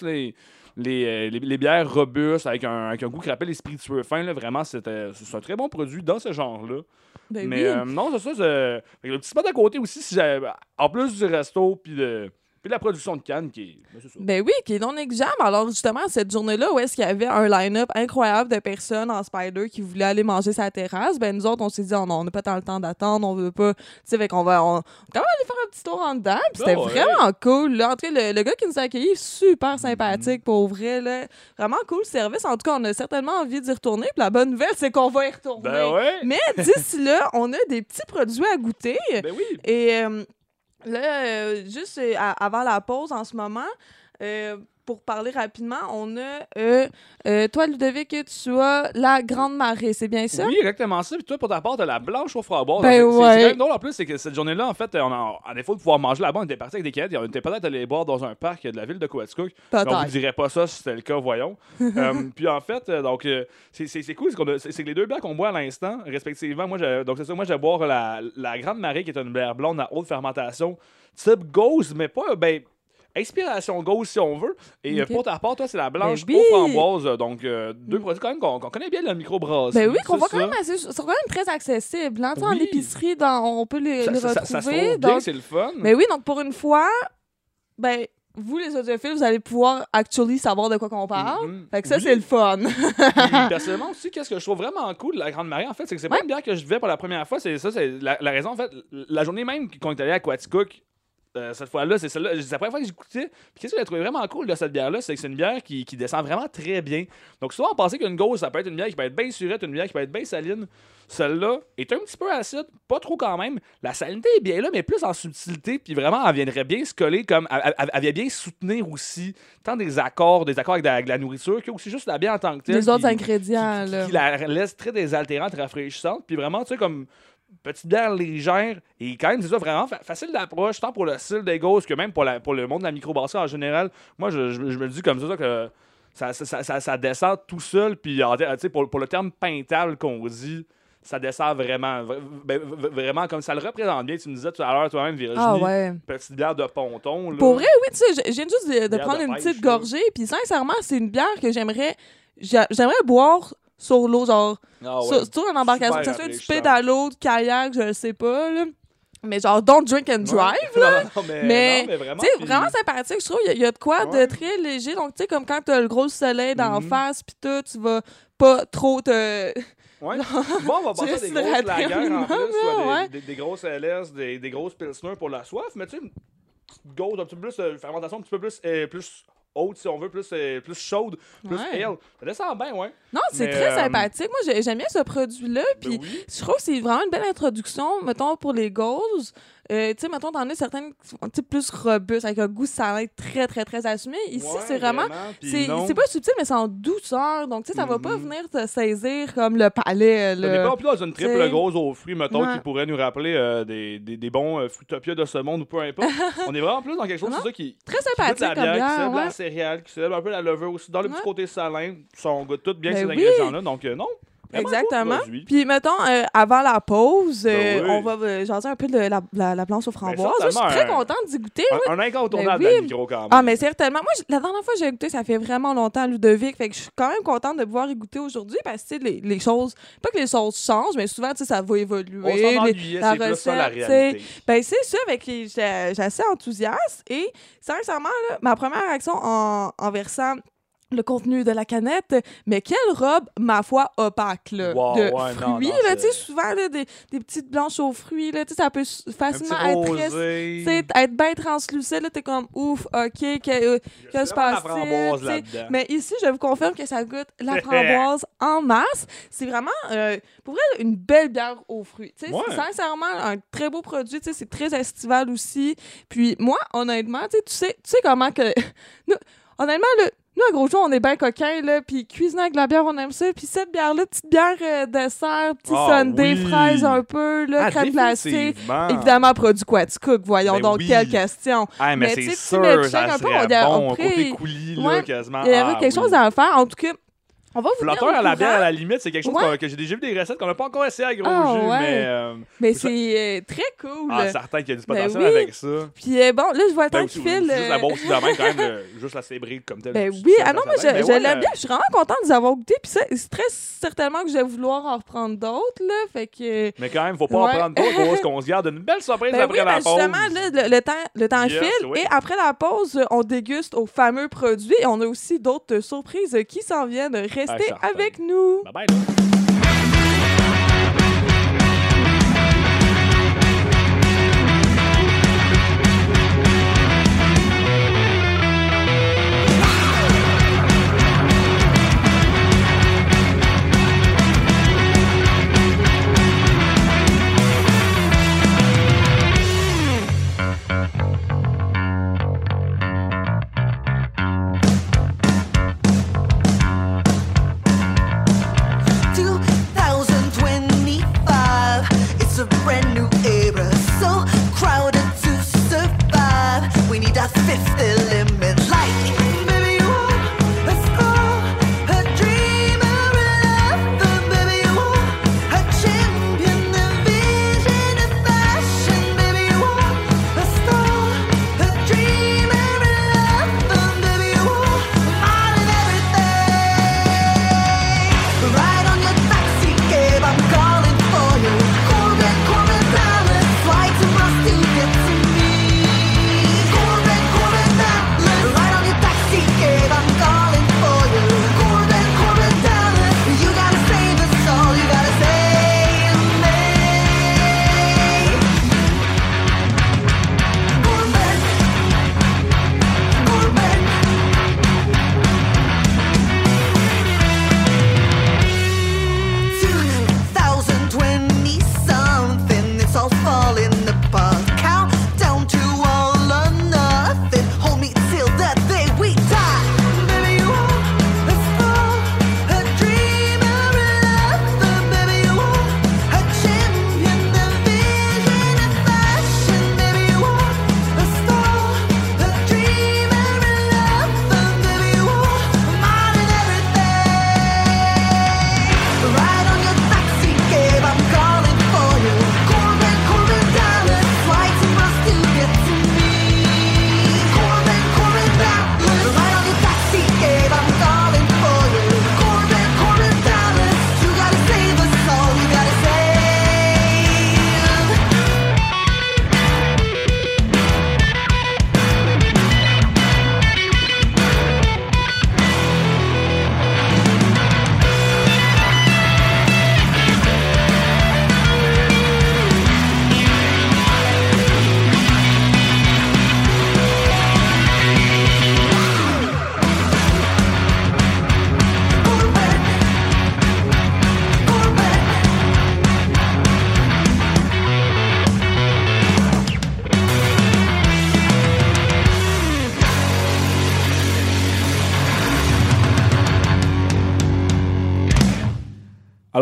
les bières robustes avec un goût qui rappelle les spiritueux fins, là, vraiment, c'est un très bon produit dans ce genre-là. Ben Mais oui. non, c'est ça. Fait que le petit spot à côté aussi, en plus du resto puis de la production de cannes qui est. Ben, c'est ça. Ben oui, qui est non négligeable. Alors, justement, cette journée-là, où est-ce qu'il y avait un line-up incroyable de personnes en Spider qui voulaient aller manger sa terrasse, ben nous autres, on s'est dit, oh non, on n'a pas tant le temps d'attendre, on veut pas. Tu sais, fait qu'on va quand même aller faire un petit tour en dedans. Puis c'était ouais. vraiment cool. Là. En tout cas, le gars qui nous a accueillis, super sympathique, pour vrai. Là. Vraiment cool service. En tout cas, on a certainement envie d'y retourner. Puis la bonne nouvelle, c'est qu'on va y retourner. Ben ouais. Mais d'ici là, on a des petits produits à goûter. Ben oui. Et là, juste avant la pause en ce moment, pour parler rapidement, on a, toi, Ludovic, tu as la Grande Marée, c'est bien ça? Oui, exactement ça. Puis toi, pour ta part, t'as la blanche au framboise. Ben En fait, ouais. c'est quand même drôle en plus, c'est que cette journée-là, en fait, à défaut de pouvoir manger là-bas, on était parti avec des canettes. On était peut-être allé boire dans un parc de la ville de Coaticook. Mais on vous Peut-être. dirait pas ça si c'était le cas, voyons. Puis en fait, donc, c'est cool, c'est que les deux bières qu'on boit à l'instant, respectivement, moi, je vais boire la Grande Marée, qui est une bière blonde à haute fermentation, type Ghost, mais pas, inspiration Ghost si on veut. Et Ok. pour ta part, toi, c'est la blanche Ben aux oui. framboises. Donc, deux produits quand même qu'on connaît bien dans le microbrasserie. Ben oui, qu'on c'est voit quand ça. même assez. Ils sont quand même très accessibles. Hein? Tu sais, En Oui. épicerie, on peut les Ça se retrouver. trouve bien, donc... c'est le fun. Ben oui, donc pour une fois, ben, vous, les audiophiles, vous allez pouvoir actually savoir de quoi qu'on parle. Mhm. Fait que ça, Oui. c'est le fun. Puis, personnellement aussi, qu'est-ce que je trouve vraiment cool de la Grande Marée, en fait, c'est que c'est pas une bière que je vivais pour la première fois. C'est la raison, en fait. La journée même qu'on est allé à Coaticook, cette fois-là, c'est celle-là. C'est la première fois que j'écoutais. Puis qu'est-ce que j'ai trouvé vraiment cool de cette bière-là, c'est que c'est une bière qui descend vraiment très bien. Donc souvent, on pensait qu'une Ghost, ça peut être une bière qui peut être bien surette, une bière qui peut être bien saline. Celle-là est un petit peu acide, pas trop quand même. La salinité est bien là, mais plus en subtilité. Puis vraiment, elle viendrait bien se coller comme. Elle vient bien soutenir aussi tant des accords avec la nourriture, que aussi juste la bière en tant que telle. Les autres qui- ingrédients, là. qui la laisse très désaltérante, rafraîchissante. Puis vraiment, tu sais, comme petite bière légère et quand même, c'est ça, vraiment facile d'approche, tant pour le style des Ghosts que même pour le monde de la microbrasserie en général. Moi, je me dis comme ça que ça descend tout seul. Puis, tu sais, pour le terme peintable qu'on dit, ça descend vraiment. Vraiment, comme ça le représente bien. Tu me disais tout à l'heure, toi-même, Virginie, Ah ouais. petite bière de ponton. Là. Pour vrai, oui, tu sais, je viens juste de Bière prendre de une pêche, petite là. gorgée, puis sincèrement, c'est une bière que j'aimerais boire sur l'eau, genre, Ah ouais. sur en embarcation, Super que ce soit du rafraîchissant. pédalo, de kayak, je sais pas, là. Mais genre, don't drink and drive. Non, mais vraiment. Tu sais, puis- vraiment sympathique, je trouve. Il y a de quoi Ouais. de très léger. Donc, tu sais, comme quand t'as le gros soleil d'en Mhm. face, pis tout, tu vas pas trop te... Ouais. Bon, on va passer à des grosses restes lagers en hydraté plus, un soit minimum, ouais. des grosses LS, des grosses pilsners pour la soif, mais tu sais, une petite gauze un petit peu plus, fermentation un petit peu plus haute, si on veut, plus chaude, plus Ouais. ale. Ça descend bien, ouais. Non, c'est Mais, très sympathique. Moi, j'aime bien ce produit-là. Puis, Ben oui. je trouve que c'est vraiment une belle introduction, mettons, pour les gauzes. Tu sais, mettons, t'en as certaines qui sont un petit peu plus robustes, avec un goût salin très, très, très assumé. Ici, Ouais, c'est vraiment... puis non. C'est pas subtil, mais c'est en douceur. Donc, tu sais, ça va pas Mhm. venir te saisir comme le palais. On n'est Là. pas plus dans une triple T'sais- grosse aux fruits, mettons, Ouais. qui pourrait nous rappeler des bons Fruitopia de ce monde ou peu importe. On est vraiment plus dans quelque chose, Non. c'est ça, qui Très goûte sympathique la comme bière, qui bière. célèbre Ouais. la céréale, qui célèbre un peu la levure aussi, dans le petit Ouais. côté salin. Ça, on goûte tout bien Ben ces oui. ingrédients-là, donc non. Vraiment beau Exactement. produit. Puis, mettons, avant la pause, Ben oui. on va jaser un peu de la planche aux framboises. Moi, je suis certainement, très un- contente d'y goûter. Un incontournable Ben oui. dans le micro, quand même. Ah, mais certainement. Moi, la dernière fois que j'ai goûté, ça fait vraiment longtemps à Ludovic. Fait que je suis quand même contente de pouvoir y goûter aujourd'hui parce que, tu sais, les choses... Pas que les choses changent, mais souvent, tu sais, ça va évoluer. On s'en Les- ennuyait, la c'est plus ça la recette, tu sais. réalité. Ben, c'est ça, avec qui j'ai assez enthousiaste. Et, sincèrement, là, ma première réaction en versant le contenu de la canette, mais quelle robe, ma foi, opaque, là, Wow, de ouais, non, fruits, non, là, tu sais, c'est- souvent, là, des petites blanches aux fruits, là, tu sais, ça peut Un facilement petit être très... rosé. Tu sais, être bien translucide, là, t'es comme, ouf, OK, que se vraiment la passe-t-il? framboise tu sais? là-dedans. Mais ici, je vous confirme que ça goûte la framboise en masse. C'est vraiment, pour vrai, une belle bière aux fruits. Tu sais, Ouais. c'est sincèrement un très beau produit. Tu sais, c'est très estival aussi. Puis moi, honnêtement, tu sais comment que... Nous, honnêtement, là, nous, à Gros Jour, on est bien coquins, là, puis cuisiner avec de la bière, on aime ça. Puis cette bière-là, petite bière dessert, petit Ah sundae, oui. fraise un peu, là, Ah, crème glacée. définitivement. Évidemment, produit Quaticook, voyons Ben donc, oui. quelle question. Ah, mais Mais c'est tu sais, sûr, tu mets ça un peu, serait on bon, après- côté coulis, là, Ouais. quasiment. Il y aurait quelque chose à faire. En tout cas, on va vous tenir Flotteur au à la bière, courant. à la limite, c'est quelque chose Ouais. que j'ai déjà vu des recettes qu'on n'a pas encore essayé à Gros Ah, Jus, ouais. mais... Mais ça- c'est très cool. certain qu'il y a du Ben potentiel oui. avec ça. Puis bon, là, je vois le Ben, temps aussi, qui file. juste la boire aussi de même, quand même, juste la cébrée comme telle. Ben tout oui, ça, ah non, ça moi, va bien. je Ben ouais, l'aime bien. Je suis vraiment contente de les avoir goûtés. Puis c'est très certainement que je vais vouloir en reprendre d'autres, là. Fait que... Mais quand même, faut pas en Ouais. prendre trop, parce qu'on se garde une belle surprise Ben après oui, la ben pause. justement, là, le temps Yes, file. oui. Et après la pause, on déguste aux fameux produits. Et on a aussi d'autres surprises qui s'en viennent. Restez certain. avec nous. Bye bye, là. Tu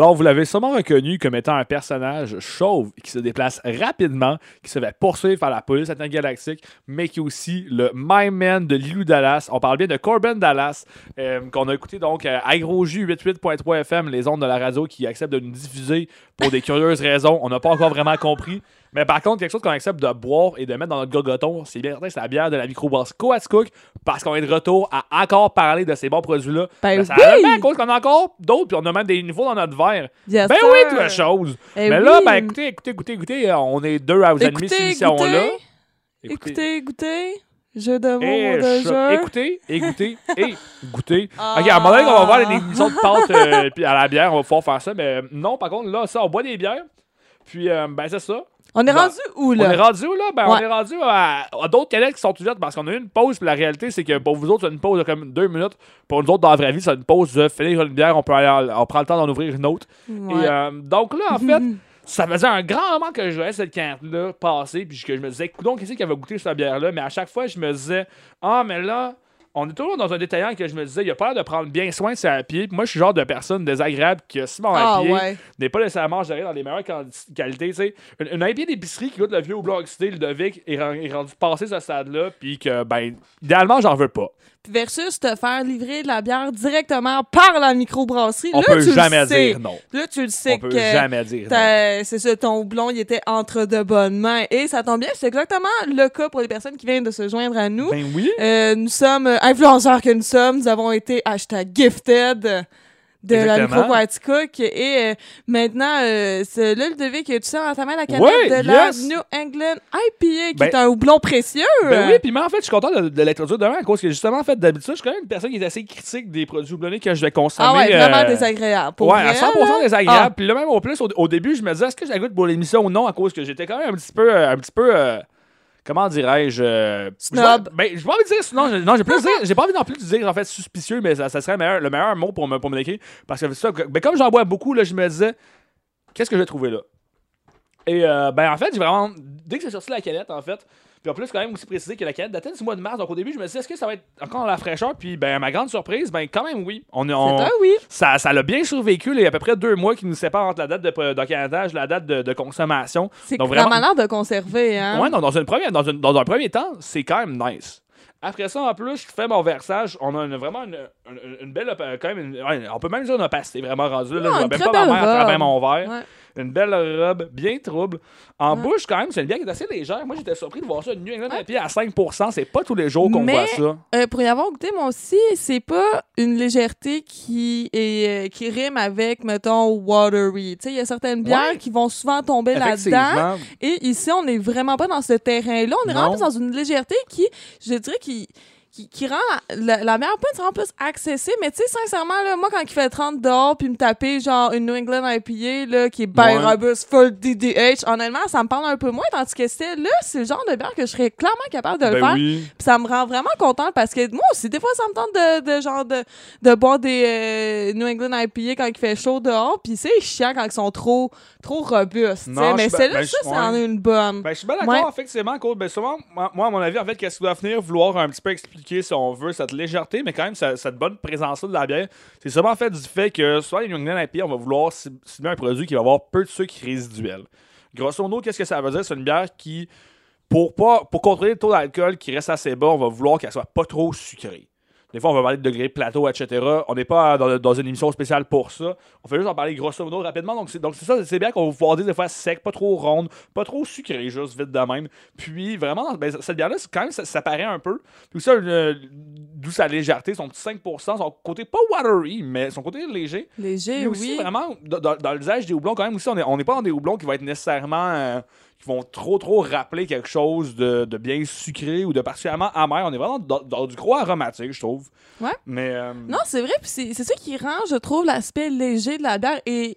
Alors, vous l'avez sûrement reconnu comme étant un personnage chauve qui se déplace rapidement, qui se fait poursuivre par la police intergalactique, mais qui est aussi le My Man de Lilou Dallas. On parle bien de Corbin Dallas, qu'on a écouté donc à Gros Jus 88.3 FM, les ondes de la radio qui acceptent de nous diffuser pour des curieuses raisons. On n'a pas encore vraiment compris. Mais par contre, quelque chose qu'on accepte de boire et de mettre dans notre gogoton, c'est bien certain, c'est la bière de la microbrasserie Coaticook, parce qu'on est de retour à encore parler de ces bons produits-là. Ben ça oui! a même à cause qu'on a encore d'autres, puis on a même des nouveaux dans notre verre. Yes, Ben sir. oui, toute la chose. Eh Mais là, oui. ben écoutez, on est deux à vous animer cette émission-là. Écoutez, goûtez. Jeu de mots, Et de jeu. écoutez, et goûtez. Ah. Ok, à un moment donné, on va voir les émissions de pâtes puis à la bière, on va pouvoir faire ça. Mais non, par contre, là, ça, on boit des bières. Puis, ben, c'est ça. On est rendu où, là? On est rendu où, là? Ben, Ouais. on est rendu à d'autres canettes qui sont ouvertes parce qu'on a eu une pause. Puis la réalité, c'est que pour vous autres, c'est une pause de comme 2 minutes. Pour nous autres, dans la vraie vie, c'est une pause de finir une bière. On prend le temps d'en ouvrir une autre. Ouais. Et donc là, en fait, ça faisait un grand moment que je voyais cette canette-là passer. Puis que je me disais, coudonc, qu'est-ce qui avait goûté cette bière-là? Mais à chaque fois, je me disais, mais là, on est toujours dans un détaillant que je me disais, il a pas l'air de prendre bien soin de ses pieds. Puis moi, je suis le genre de personne désagréable que si mon IPA ouais. n'est pas nécessairement géré dans les meilleures qualités. Tu sais, une IPA d'épicerie qui goûte le vieux houblon oxydé, le Ludovic, est rendu passer ce stade-là. Puis que, ben, idéalement, j'en veux pas. Versus te faire livrer de la bière directement par la microbrasserie. On Là, peut tu jamais le sais. dire non. Là, tu le sais On peut que jamais dire non. c'est ça, ton houblon, il était entre de bonnes mains. Et ça tombe bien, c'est exactement le cas pour les personnes qui viennent de se joindre à nous. Ben oui. Nous sommes influenceurs que nous sommes. Nous avons été #gifted de la Exactement. micro-Coaticook. Et maintenant, c'est là, Ludovic, tu sais dans ta main la canette Ouais, de la yes. New England IPA, qui Ben- est un houblon précieux. Ben oui, puis moi, en fait, je suis content de l'introduire demain à cause que, justement, en fait, d'habitude, je suis quand même une personne qui est assez critique des produits houblonnés que je vais consommer. Ah ouais, vraiment désagréable. Pour Ouais, vrai, à 100% là. désagréable. Ah. Puis là, même au plus, au début, je me disais, est-ce que je la goûte pour l'émission ou non, à cause que j'étais quand même un petit peu comment dirais-je? Snob. J'ai pas envie de dire. Non, j'ai pas envie non plus de dire, en fait, suspicieux, mais ça serait le meilleur mot pour me décrire. Parce que ça, ben, comme j'en bois beaucoup, là, je me disais, qu'est-ce que je vais trouver là? Et, ben, en fait, j'ai vraiment. Dès que j'ai sorti la canette, en fait. Puis en plus, quand même aussi préciser que la canette datait du mois de mars. Donc au début, je me disais, est-ce que ça va être encore dans la fraîcheur? Puis, ben, à ma grande surprise, ben, quand même, oui. C'est un oui. Ça l'a bien survécu. Il y a à peu près 2 mois qui nous séparent entre la date de canadage et la date de consommation. C'est Donc, la manière de conserver, hein? Ouais, non, dans un premier temps, c'est quand même nice. Après ça, en plus, je fais mon versage. On a vraiment une belle. Quand même, on peut même dire une opacité vraiment rendue. Là, Ouais, je vois une même très pas ma belle main à travers robe. mon verre. Ouais. Une belle robe, bien trouble. En Ouais. bouche, quand même, c'est une bière qui est assez légère. Moi, j'étais surpris de voir ça. Une New England IPA à 5%. C'est pas tous les jours qu'on Mais- voit ça. Pour y avoir goûté, moi aussi, c'est pas une légèreté qui rime avec, mettons, watery. Tu sais, il y a certaines bières Ouais. qui vont souvent tomber là-dedans. Effectivement. Et ici, on n'est vraiment pas dans ce terrain-là. On est Non. vraiment plus dans une légèreté qui, je dirais, qui rend la bière pas nécessairement plus accessible. Mais tu sais, sincèrement, là, moi, quand il fait 30 dehors, puis me taper genre une New England IPA là, qui est bien Ouais. robuste, full DDH, honnêtement, ça me parle un peu moins. Tandis que c'est le genre de bière que je serais clairement capable de le Ben faire. oui. Puis ça me rend vraiment contente parce que moi aussi, des fois, ça me tente de boire des New England IPA quand il fait chaud dehors. Puis c'est chiant quand ils sont trop robustes. tu sais. Non, Mais je- celle-là, ben, ça, je- c'est en une bonne. Ben, je suis bien d'accord, Ouais. effectivement, Claude. Ben, souvent, moi, à mon avis, en fait, qu'est-ce qui doit venir vouloir un petit peu expliquer, si on veut, cette légèreté, mais quand même, cette bonne présence-là de la bière, c'est sûrement en fait du fait que, soit les New England IPA, on va vouloir cibler un produit qui va avoir peu de sucre résiduel. Grosso modo, qu'est-ce que ça veut dire? C'est une bière qui, pour contrôler le taux d'alcool qui reste assez bas, on va vouloir qu'elle soit pas trop sucrée. Des fois, on va parler de degré plateau, etc. On n'est pas dans une émission spéciale pour ça. On fait juste en parler grosso modo rapidement. Donc, c'est ça, c'est bien qu'on va pouvoir dire des fois sec, pas trop ronde, pas trop sucré, juste vite de même. Puis, vraiment, ben, cette bière-là, quand même, ça paraît un peu. Puis ça, d'où sa légèreté, son petit 5%, son côté pas watery, mais son côté léger. Léger, Et aussi, oui. vraiment, dans l'usage des houblons, quand même, aussi, on n'est pas dans des houblons qui vont être nécessairement. Qui vont trop rappeler quelque chose de bien sucré ou de particulièrement amer. On est vraiment dans du gros aromatique, je trouve. Ouais. Mais. Non, c'est vrai, puis c'est ça qui rend, je trouve, l'aspect léger de la bière et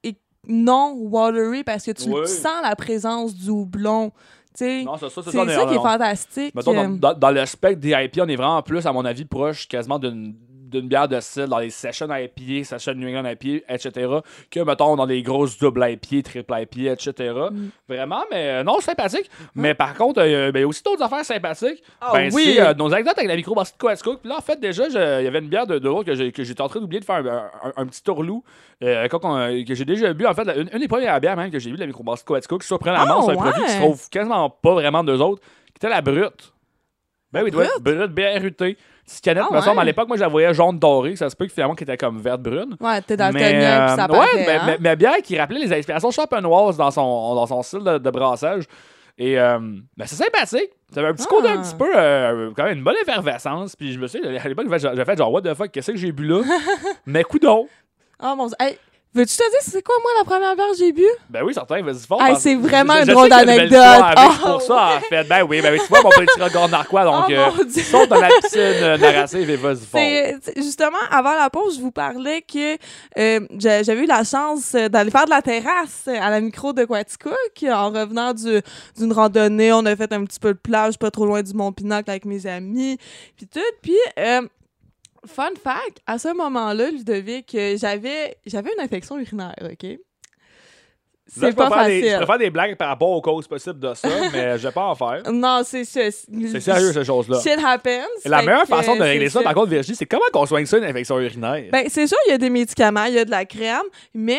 non watery parce que tu Ouais. sens la présence du houblon. Tu sais, Non, c'est c'est ça, ça qui est fantastique. Mettons, dans le spectre des IP, on est vraiment plus, à mon avis, proche quasiment d'une d'une bière de style dans les sessions IPA, sessions New England IPA, etc., que, mettons, dans les grosses double IPA, triple IPA, etc. Vraiment, mais non, c'est sympathique. Mais par contre, il y a aussi d'autres affaires sympathiques. Oui. C'est nos anecdotes avec la microbrasserie de Coaticook. Puis là, en fait, déjà, il y avait une bière de l'autre que j'étais en train d'oublier de faire un petit tourlou que j'ai déjà bu. En fait, une des premières bières même que j'ai bu de la microbrasserie de Coaticook, surprenamment, c'est un produit qui se trouve quasiment pas vraiment d'eux autres, qui était la Brute. Ben oui, Brute, BRUT. Petite canette, me semble. À l'époque, moi, je la voyais jaune dorée. Ça se peut que finalement, qu'elle était comme verte brune. Ouais, t'es dans le cognac, puis ça paraît. Mais bien qui rappelait les inspirations champenoises dans son style de brassage. Et c'est sympathique. Ça avait un petit côté un petit peu, quand même, une bonne effervescence. Puis je me suis dit, à l'époque, j'ai fait genre, what the fuck, qu'est-ce que j'ai bu là? Mais coudonc. Oh mon Dieu. Hey, veux-tu te dire, c'est quoi, moi, la première bière que j'ai bu? Ben oui, certain, vas-y fort. Hey, c'est vraiment une je drôle sais qu'il y a une belle d'anecdote. histoire avec pour ça, en fait. Ben oui, tu vois mon petit regard narquois, donc mon Dieu. saute dans la piscine narrative et vas-y fort. Justement, avant la pause, je vous parlais que j'avais eu la chance d'aller faire de la terrasse à la micro de Coaticook. En revenant d'une randonnée, on a fait un petit peu de plage, pas trop loin du Mont-Pinacle avec mes amis, puis tout. Puis... fun fact, à ce moment-là, Ludovic, j'avais une infection urinaire, OK? C'est pas facile. Je préfère des blagues par rapport aux causes possibles de ça, mais je vais pas en faire. Non, c'est C'est sérieux, ces choses-là. Shit happens. Et la meilleure façon de régler ça, par contre, Virginie, c'est comment qu'on soigne ça, une infection urinaire? Ben, c'est sûr, il y a des médicaments, il y a de la crème, mais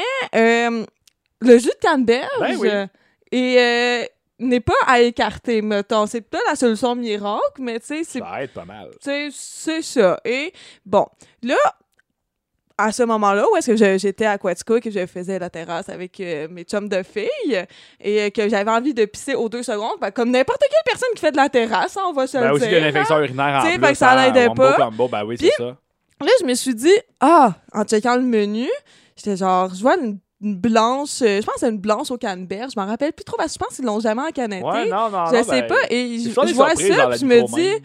le jus de canneberge n'est pas à écarter, mettons. C'est peut-être la solution miracle, mais tu sais, c'est... Ça aide pas mal. Tu sais, c'est ça. Et bon, là, à ce moment-là, où est-ce que j'étais à Coaticook, que je faisais la terrasse avec mes chums de filles et que j'avais envie de pisser aux 2 secondes, ben, comme n'importe quelle personne qui fait de la terrasse, on va se le dire. Aussi, il y a une infection urinaire en plus. Fait que ça l'aidait pas. Combo, ben oui, c'est ça. Là, je me suis dit, en checkant le menu, j'étais genre, je vois une blanche, je pense que c'est une blanche au canneberge, je m'en rappelle plus trop, parce que je pense qu'ils l'ont jamais encanetté. Ouais, non, je sais pas, et je vois ça, puis je me dis...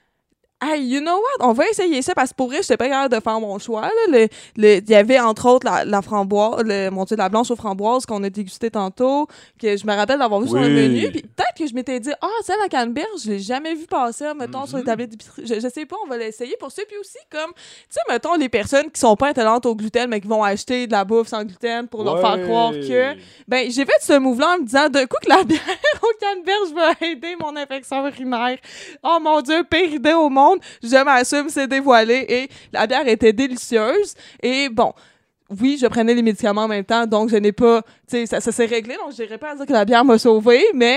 Hey, you know what? On va essayer ça parce que pour vrai, je n'étais pas capable de faire mon choix. Il y avait entre autres la framboise, la blanche aux framboises qu'on a dégusté tantôt, que je me rappelle d'avoir vu sur le menu. Puis peut-être que je m'étais dit, celle à canneberge, je l'ai jamais vu passer, mettons, sur les tablettes d'épicerie. Je sais pas, on va l'essayer pour ça. Puis aussi, comme, tu sais, mettons, les personnes qui sont pas intolérantes au gluten, mais qui vont acheter de la bouffe sans gluten pour leur faire croire que. Ben, j'ai fait ce move-là en me disant, d'un coup, que la bière au canneberge va aider mon infection urinaire. Oh mon Dieu, pire idée au monde. Je m'assume, c'est dévoilé et la bière était délicieuse. Et bon, oui, je prenais les médicaments en même temps, donc je n'ai pas... Tu sais, ça s'est réglé, donc je n'irais pas à dire que la bière m'a sauvée, mais,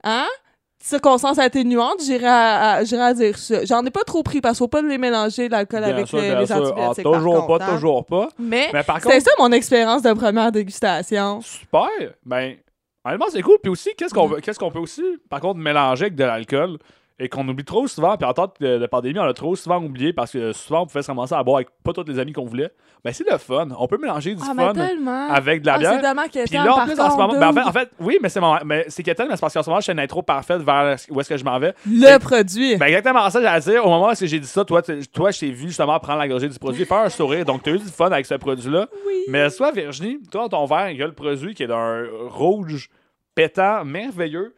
circonstances atténuantes, j'irais à dire ça. J'en ai pas trop pris, parce qu'il ne faut pas les mélanger, l'alcool avec les antibiotiques. Toujours pas. Mais par c'était contre, ça mon expérience de première dégustation. Super! Ben, honnêtement, c'est cool. Puis aussi, qu'est-ce qu'on peut aussi, par contre, mélanger avec de l'alcool? Et qu'on oublie trop souvent, puis en temps de pandémie, on l'a trop souvent oublié parce que souvent, on pouvait se ramasser à boire avec pas tous les amis qu'on voulait. Ben, c'est le fun. On peut mélanger du fun avec de la bière. C'est tellement Puis là, en plus, en ce moment, en fait, oui, mais c'est quétaine, mais c'est parce qu'en ce moment, je fais une intro parfaite vers où est-ce que je m'en vais. Le produit. Ben, exactement ça, j'allais dire. Au moment où j'ai dit ça, toi, je t'ai vu justement prendre la gorgée du produit, faire un sourire. Donc, tu as eu du fun avec ce produit-là. Oui. Mais toi, Virginie, toi, dans ton verre, il y a le produit qui est d'un rouge pétant, merveilleux.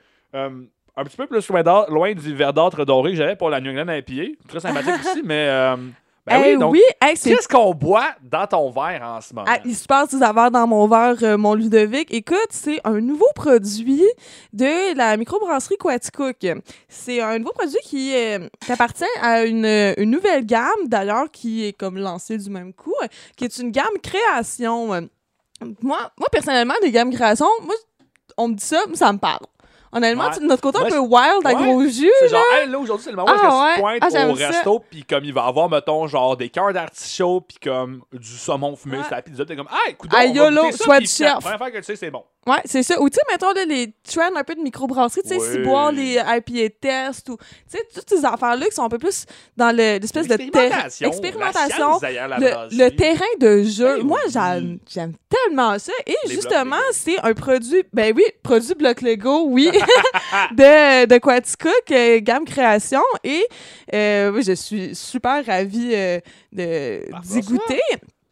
Un petit peu plus loin du verdâtre doré que j'avais pour la New England IPA. Très sympathique aussi, mais... donc, qu'est-ce qu'on boit dans ton verre en ce moment? Il se passe des affaires dans mon verre, mon Ludovic. Écoute, c'est un nouveau produit de la microbrasserie Coaticook. C'est un nouveau produit qui appartient à une nouvelle gamme, d'ailleurs, qui est comme lancée du même coup, qui est une gamme création. Moi, personnellement, les gammes création, on me dit ça, ça me parle. Honnêtement, notre côté un peu wild à gros jus. C'est genre, là, aujourd'hui, c'est le moment où tu pointes au resto, puis comme il va avoir, mettons, genre des cœurs d'artichaut, puis comme du saumon fumé sur la pizza, t'es comme, écoute, YOLO, choix du chef. La première fois que tu sais, c'est bon. Ouais, c'est ça. Ou tu sais, mettons là, les trends un peu de microbrasserie, tu sais, si boire les IPA tests, ou tu sais, toutes ces affaires-là qui sont un peu plus dans l'espèce de expérimentation, le terrain de jeu. Moi, j'aime tellement ça. Et justement, c'est un produit, produit bloc Lego, oui, de Coaticook, gamme création. Et je suis super ravie d'y goûter.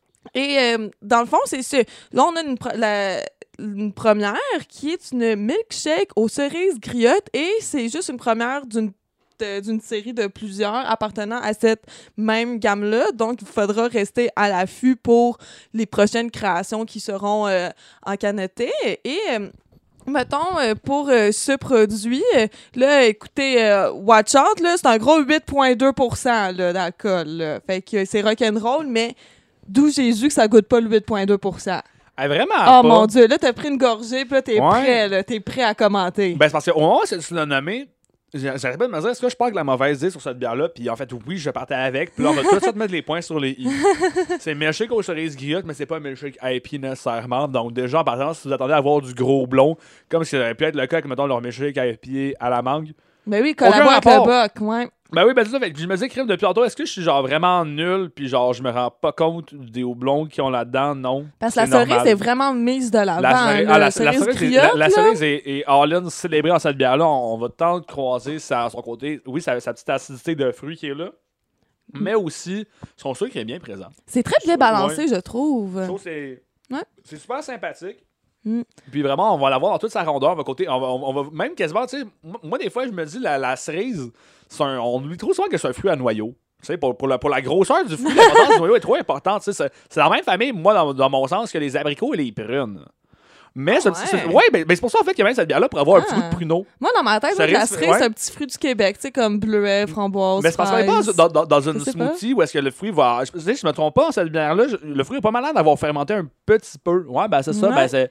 Et dans le fond, c'est ça. Là, on a une première qui est une milkshake aux cerises griottes et c'est juste une première d'une d'une série de plusieurs appartenant à cette même gamme-là. Donc, il faudra rester à l'affût pour les prochaines créations qui seront encanettées. Et mettons, pour ce produit, là, écoutez, Watch Out, là, c'est un gros 8,2% là, d'alcool. Là. Fait que c'est rock'n'roll, mais d'où Jésus que ça goûte pas le 8,2%. Vraiment Oh pas. mon Dieu, là, t'as pris une gorgée, puis là, t'es Ouais. prêt, là, t'es prêt à commenter. Ben, c'est parce qu'au moment où tu l'as nommé, j'arrête pas de me dire, est-ce que je pars avec la mauvaise idée sur cette bière-là? Puis en fait, oui, je partais avec. Puis là, on va tout de suite mettre les points sur les i. C'est milkshake aux cerises griottes, mais c'est pas un milkshake IPA nécessairement. Donc, déjà, par exemple, si vous attendez à avoir du gros blond, comme ça aurait pu être le cas avec, mettons, leur milkshake IPA à la mangue. Ben oui, collabore avec le rapport. Boc, ouais. Ben oui, ben c'est ça. Fait que je me dis, crème depuis tantôt, est-ce que je suis genre vraiment nul? Puis genre, je me rends pas compte des houblons qui ont là-dedans? Non. Parce que la C'est cerise normal. est vraiment mise de l'avant. La cerise, là. la cerise cerise, griotte, la là. cerise est all-in célébrée en cette bière-là. On va tant croiser sa, son côté, oui, sa petite acidité de fruits qui est là, mais aussi son sucre est bien présent. C'est très bien Ouais. balancé, je trouve. Je trouve que c'est Ouais. c'est super sympathique. Mm. Puis vraiment, on va l'avoir dans toute sa rondeur. On va même quasiment, tu sais, moi, des fois, je me dis, la cerise, on oublie trop souvent que c'est un fruit à noyau. Tu sais, pour la grosseur du fruit, l'importance du noyau est trop importante. Tu sais, c'est la même famille, moi, dans mon sens, que les abricots et les prunes. Mais c'est pour ça en fait qu'il y a même cette bière-là pour avoir un petit goût de pruneau. Moi, dans ma tête, Cerise, la cerise, ouais. c'est un petit fruit du Québec, tu sais, comme bleuet, framboise, Mais c'est parce qu'on est fraise. pas dans une Je sais pas. smoothie où est-ce que le fruit va. Je me trompe pas, cette bière-là, le fruit est pas malade d'avoir fermenté un petit peu. Ouais, ben c'est ça. Ouais. Ben c'est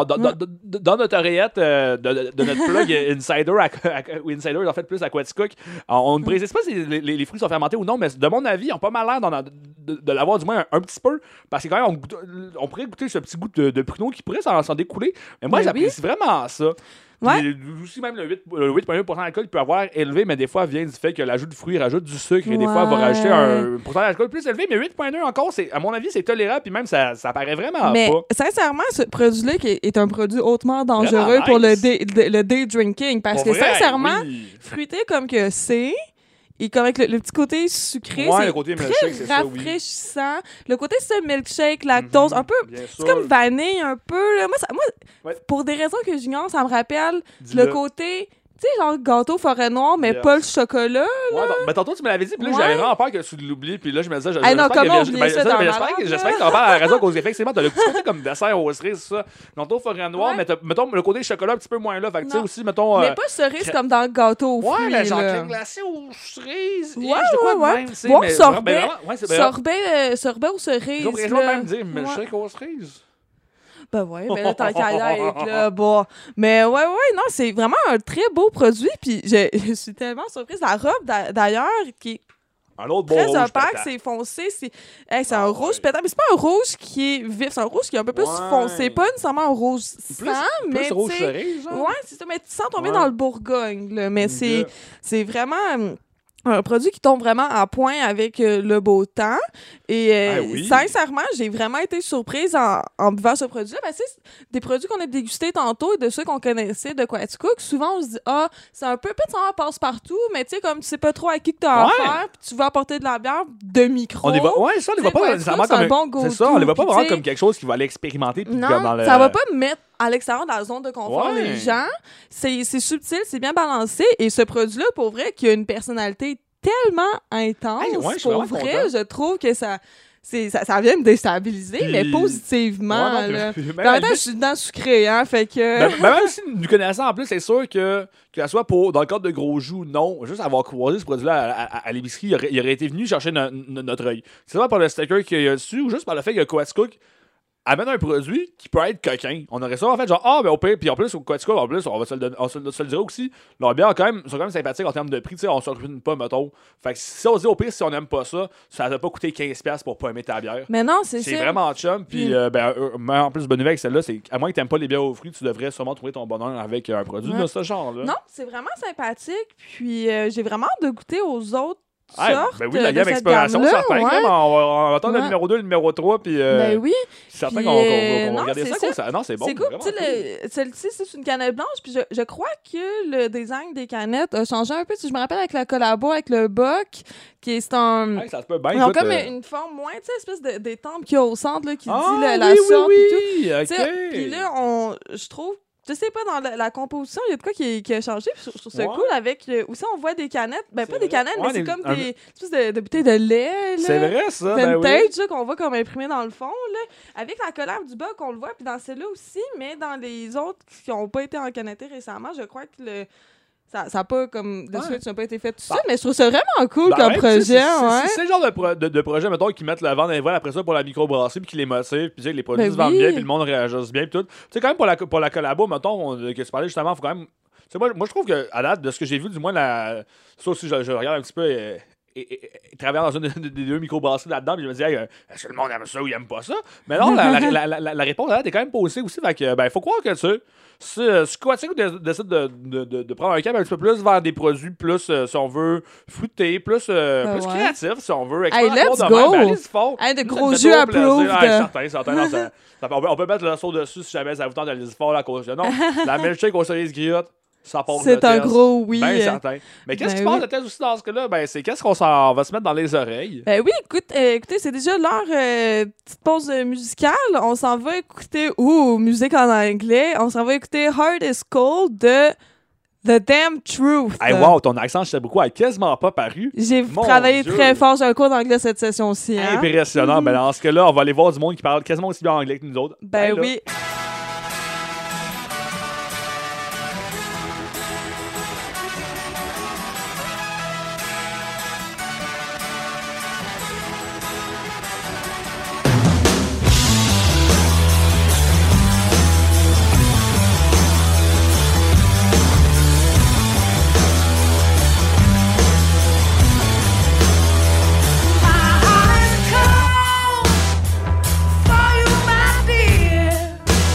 dans notre oreillette de notre plug Insider, ou Insider, en fait, plus Aquaticook, on ne précise pas si les fruits sont fermentés ou non, mais de mon avis, ils ont pas mal l'air de l'avoir du moins un petit peu. Parce que quand même, on pourrait goûter ce petit goût de pruneau qui pourrait s'en découler. Mais moi, Ben j'apprécie vraiment ça. Ouais. Puis, aussi, même le 8,1% d'alcool peut avoir élevé, mais des fois, vient du fait que l'ajout de fruits rajoute du sucre et des fois, va rajouter un pourcentage d'alcool plus élevé. Mais 8,2 encore, à mon avis, c'est tolérable. Puis même, ça paraît vraiment Mais pas. sincèrement, ce produit-là qui est un produit hautement dangereux Vraiment pour nice. le day drinking. Parce Pour que vrai, sincèrement, oui. fruité comme que c'est, et comme avec le petit côté sucré, Ouais, c'est le côté très milkshake, c'est ça, oui. rafraîchissant. Le côté, c'est milkshake, lactose, un peu... Bien C'est sûr. comme vanille, un peu. Là. Moi, Ouais. pour des raisons que j'ignore, ça me rappelle Dis-le. le côté... Tu sais, genre gâteau forêt noire, mais Yes. pas le chocolat. Ouais, mais tantôt, tu me l'avais dit, puis là, Ouais. j'avais vraiment peur que tu l'oublies, puis là, je me disais, Ah non, j'espère comment que oublier ça dans la langue, j'espère que t'en parles à la raison, cause qu'effectivement, t'as le petit côté comme dessert aux cerises, ça. Tantôt, forêt noire, Ouais. mais mettons, le côté chocolat un petit peu moins là. Fait que, tu sais, Non. aussi, mettons. Mais pas cerise comme dans le gâteau aux Ouais, fruits, mais genre là. crème glacée aux cerises. Ouais, je crois ouais, de même, tu sais, Bon, mais sorbet. ben, vraiment, ouais, c'est bien. Sorbet aux cerises. J'ai là. même dire, mais je sais qu'aux cerises. Ben ouais, ben là, tant qu'à y être, là, bon. Mais ouais, non, c'est vraiment un très beau produit, puis je suis tellement surprise. La robe, d'ailleurs, qui est Un autre beau très rouge opaque, pétant. c'est foncé, c'est un Ah, rouge ouais. pétant, mais c'est pas un rouge qui est vif, c'est un rouge qui est un peu plus Ouais. foncé, pas nécessairement un rouge sang, mais Plus rouge tu sais, cerise, genre. ouais, c'est ça, mais tu sens tomber Ouais. dans le Bourgogne, là, mais Ok. c'est vraiment un produit qui tombe vraiment à point avec le beau temps. Et Ah oui. sincèrement, j'ai vraiment été surprise en buvant ce produit-là. Parce que c'est des produits qu'on a dégustés tantôt et de ceux qu'on connaissait de Quaticook. Souvent, on se dit, c'est un peu peut-être passe-partout, mais tu sais, comme tu sais pas trop à qui que t'as Ouais. affaire, puis tu vas apporter de la bière de micro. On les voit, ouais, ça, on les voit Tu sais, pas nécessairement c'est un comme. bon C'est ça, on go-to, les voit pas puis vraiment tu sais- comme quelque chose qui va aller expérimenter. Puis Non, comme dans le... ça va pas me mettre à l'extérieur de la zone de confort Ouais. les gens. C'est subtil, c'est bien balancé. Et ce produit-là, pour vrai, qui a une personnalité tellement intense, Hey, ouais, je suis pour vraiment vrai, content. je trouve que ça vient me déstabiliser, Puis- mais positivement. Ouais, non, là. puis- Puis même en à même temps, la je suis dedans sucré, hein, fait que... Même si nous connaissons en plus, c'est sûr que ça soit dans le cadre de Gros Joues, non. Juste avoir croisé ce produit-là à l'épicerie, il aurait été venu chercher notre œil. C'est soit par le sticker qu'il y a dessus ou juste par le fait que Quaticook amène un produit qui peut être coquin. On aurait ça en fait genre ben au pire, puis en plus au Quaticook, en plus on va se le dire aussi, leurs bières sont quand même sympathiques en termes de prix, tu sais, on s'en ruine pas mettons. Fait que si on se dit au pire si on aime pas ça, ça va pas coûter $15 pour pas aimer ta bière. Mais non, c'est C'est ça. vraiment chum, puis mais en plus bonne nouvelle avec celle-là, c'est à moins que t'aimes pas les bières aux fruits, tu devrais sûrement trouver ton bonheur avec un produit Ouais. de ce genre-là. Non, c'est vraiment sympathique. Puis j'ai vraiment hâte de goûter aux autres Ouais, sortes ben oui, la de gamme cette exploration, gamme-là, certain. ouais. On va attendre le Ouais. numéro 2, le numéro 3, puis Ben oui. certain Puis, qu'on va non, regarder c'est ça. ça. Non, c'est bon. C'est cool. vraiment Tu sais, celle-ci, c'est une canette blanche. Puis je crois que le design des canettes a changé un peu. Si je me rappelle avec la collabo avec le Boc, c'est un... Hey, ça se peut bien. Ils ont écoute, comme une forme moins, tu sais, espèce d'étampe qu'il y a au centre là, qui dit la oui, sorte oui, et tout. oui, Tu sais, ok. Puis là, je trouve je sais pas, dans la composition, il y a de quoi qui a changé. Puis je trouve ça Ouais. cool avec. Aussi, on voit des canettes. Ben, C'est pas des vrai. canettes, Ouais, mais c'est des- comme un- des espèces de bouteilles de lait. Là. C'est vrai, ça. Ben oui. Vintage, là, qu'on voit comme imprimé dans le fond, là. Avec la collab du bug, on le voit, puis dans celle-là aussi, mais dans les autres qui n'ont pas été encanettés récemment, je crois que ça n'a pas, comme, de Ouais. suite, ça n'a pas été fait tout Bah. ça, mais je trouve ça vraiment cool Ben comme ouais, projet, tu sais, ouais. c'est le genre de projet, mettons, qui mettent le vent dans les voiles après ça pour la microbrasserie, puis qui les motivent, puis tu sais, les produits Ben se vendent oui. bien, puis le monde réagisse bien, puis tout. Tu sais, quand même, pour la collabo, mettons, que tu parlais justement, faut quand même. Tu sais, moi, je trouve que, à date, de ce que j'ai vu, du moins, ça aussi, je regarde un petit peu. Et travailler dans une des deux microbrasseries là-dedans, puis je me dis, hey, est-ce que le monde aime ça ou il aime pas ça? Mais non, la réponse là est quand même posée aussi. Fait que, ben, faut croire que si Squatting décide de prendre un cap un petit peu plus vers des produits plus, si on veut, fruités, plus ouais. créatifs, si on veut. Hey, explorer let's un domaine, go! ben, allez-y fort. Hey, de Nous, ça gros nous fait jus toujours plaisir. approved. Ouais, certain. Non, on peut mettre le saut dessus si jamais ça vous tente d'aller fort à cause de non. La milkshake aux cerises griottes, ça part C'est un gros oui. Ben certain. Mais qu'est-ce qui Ben passe oui. de tête aussi dans ce cas-là? Ben, c'est qu'est-ce qu'on s'en va se mettre dans les oreilles? Ben oui, écoutez, c'est déjà l'heure petite pause musicale. On s'en va écouter musique en anglais. On s'en va écouter Heart is Cold de The Damn Truth. Hey, wow, ton accent, je sais beaucoup, a quasiment pas paru. J'ai Mon travaillé Dieu. très fort. J'ai un cours d'anglais cette session-ci. Hein? Impressionnant. Ben, dans ce cas-là, on va aller voir du monde qui parle quasiment aussi bien anglais que nous autres. Ben Hey, là. oui. My heart is cold for you, my dear.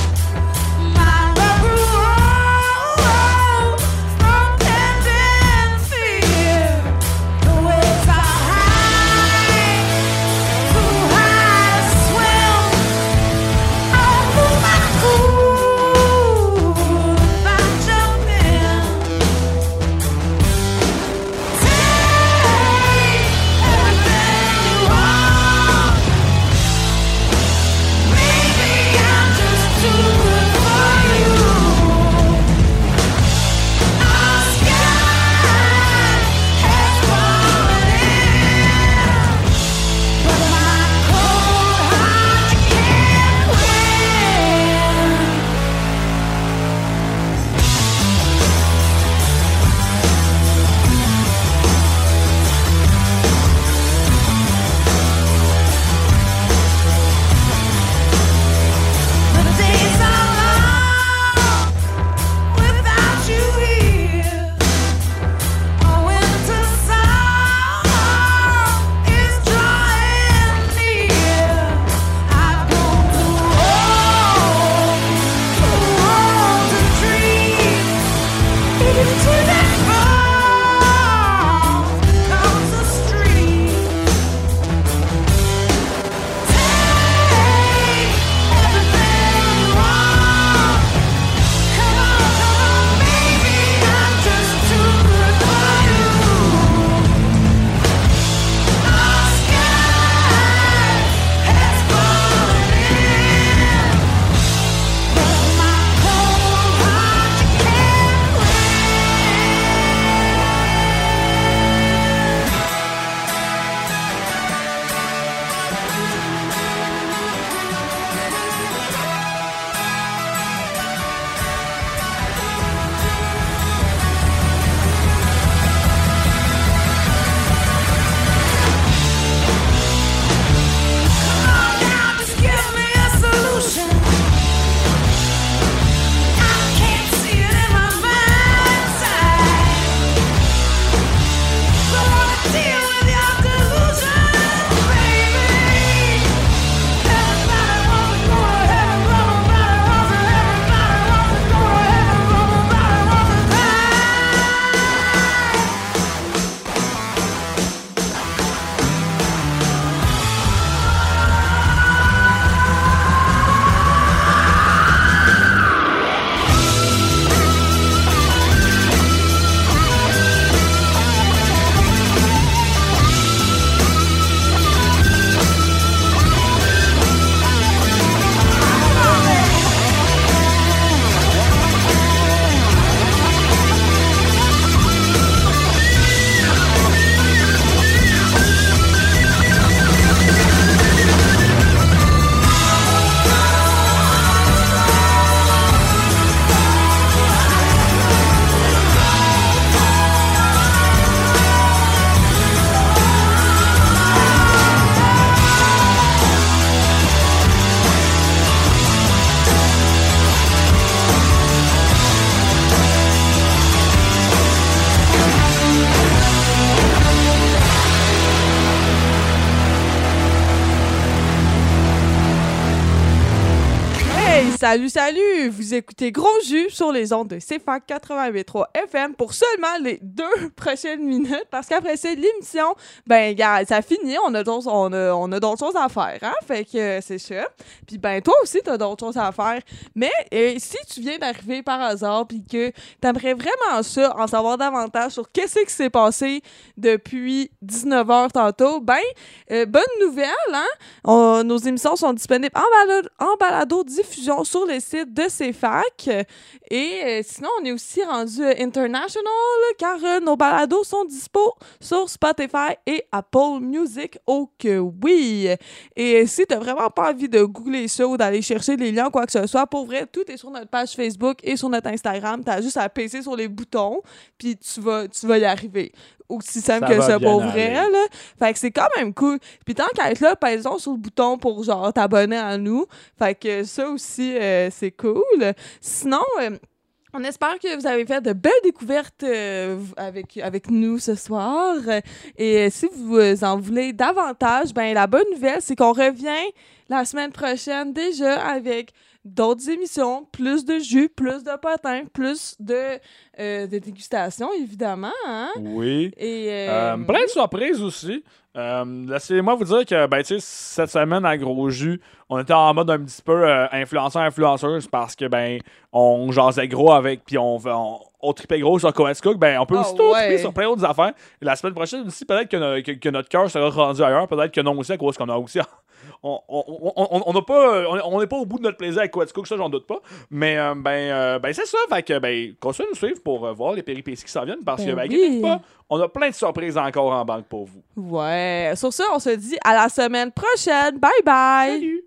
Salut, salut! Vous écoutez Gros Jus sur les ondes de CFAC 88.3 FM pour seulement les 2 prochaines minutes, parce qu'après ça, l'émission, ben, gars, ça finit, on a d'autres choses à faire, hein? Fait que c'est ça. Puis ben, toi aussi, t'as d'autres choses à faire. Mais si tu viens d'arriver par hasard puis que t'aimerais vraiment ça, en savoir davantage sur qu'est-ce qui s'est passé depuis 19h tantôt, ben, bonne nouvelle, hein? Nos émissions sont disponibles en balado-diffusion sur le site de CFAC. Et sinon, on est aussi rendu international, car nos balados sont dispo sur Spotify et Apple Music. Oh que oui! Et si t'as vraiment pas envie de googler ça ou d'aller chercher les liens, quoi que ce soit, pour vrai, tout est sur notre page Facebook et sur notre Instagram. T'as juste à peser sur les boutons, puis tu vas y arriver. Aussi simple que ça pour vrai, là. Fait que c'est quand même cool. Puis tant qu'à être là, pèsons sur le bouton pour, genre, t'abonner à nous. Fait que ça aussi, c'est cool. Sinon... on espère que vous avez fait de belles découvertes avec nous ce soir. Et si vous en voulez davantage, ben la bonne nouvelle, c'est qu'on revient la semaine prochaine déjà avec d'autres émissions, plus de jus, plus de potins, plus de dégustation, évidemment. Hein? Oui. Et, plein de surprises aussi. Laissez-moi vous dire que ben, cette semaine à Gros Jus, on était en mode un petit peu influenceuse parce que ben on jasait gros avec, puis on tripait gros sur Coed Cook. Ben, on peut aussi triper sur plein d'autres affaires. Et la semaine prochaine aussi, peut-être que notre cœur sera rendu ailleurs, peut-être que non aussi, à cause qu'on a aussi... On n'est pas au bout de notre plaisir avec Coed Cook, ça j'en doute pas. Mais c'est ça, fait que ben continuez de nous suivre pour voir les péripéties qui s'en viennent, parce que inquiétez-vous pas, on a plein de surprises encore en banque pour vous. Ouais. Sur ça, on se dit à la semaine prochaine. Bye bye! Salut!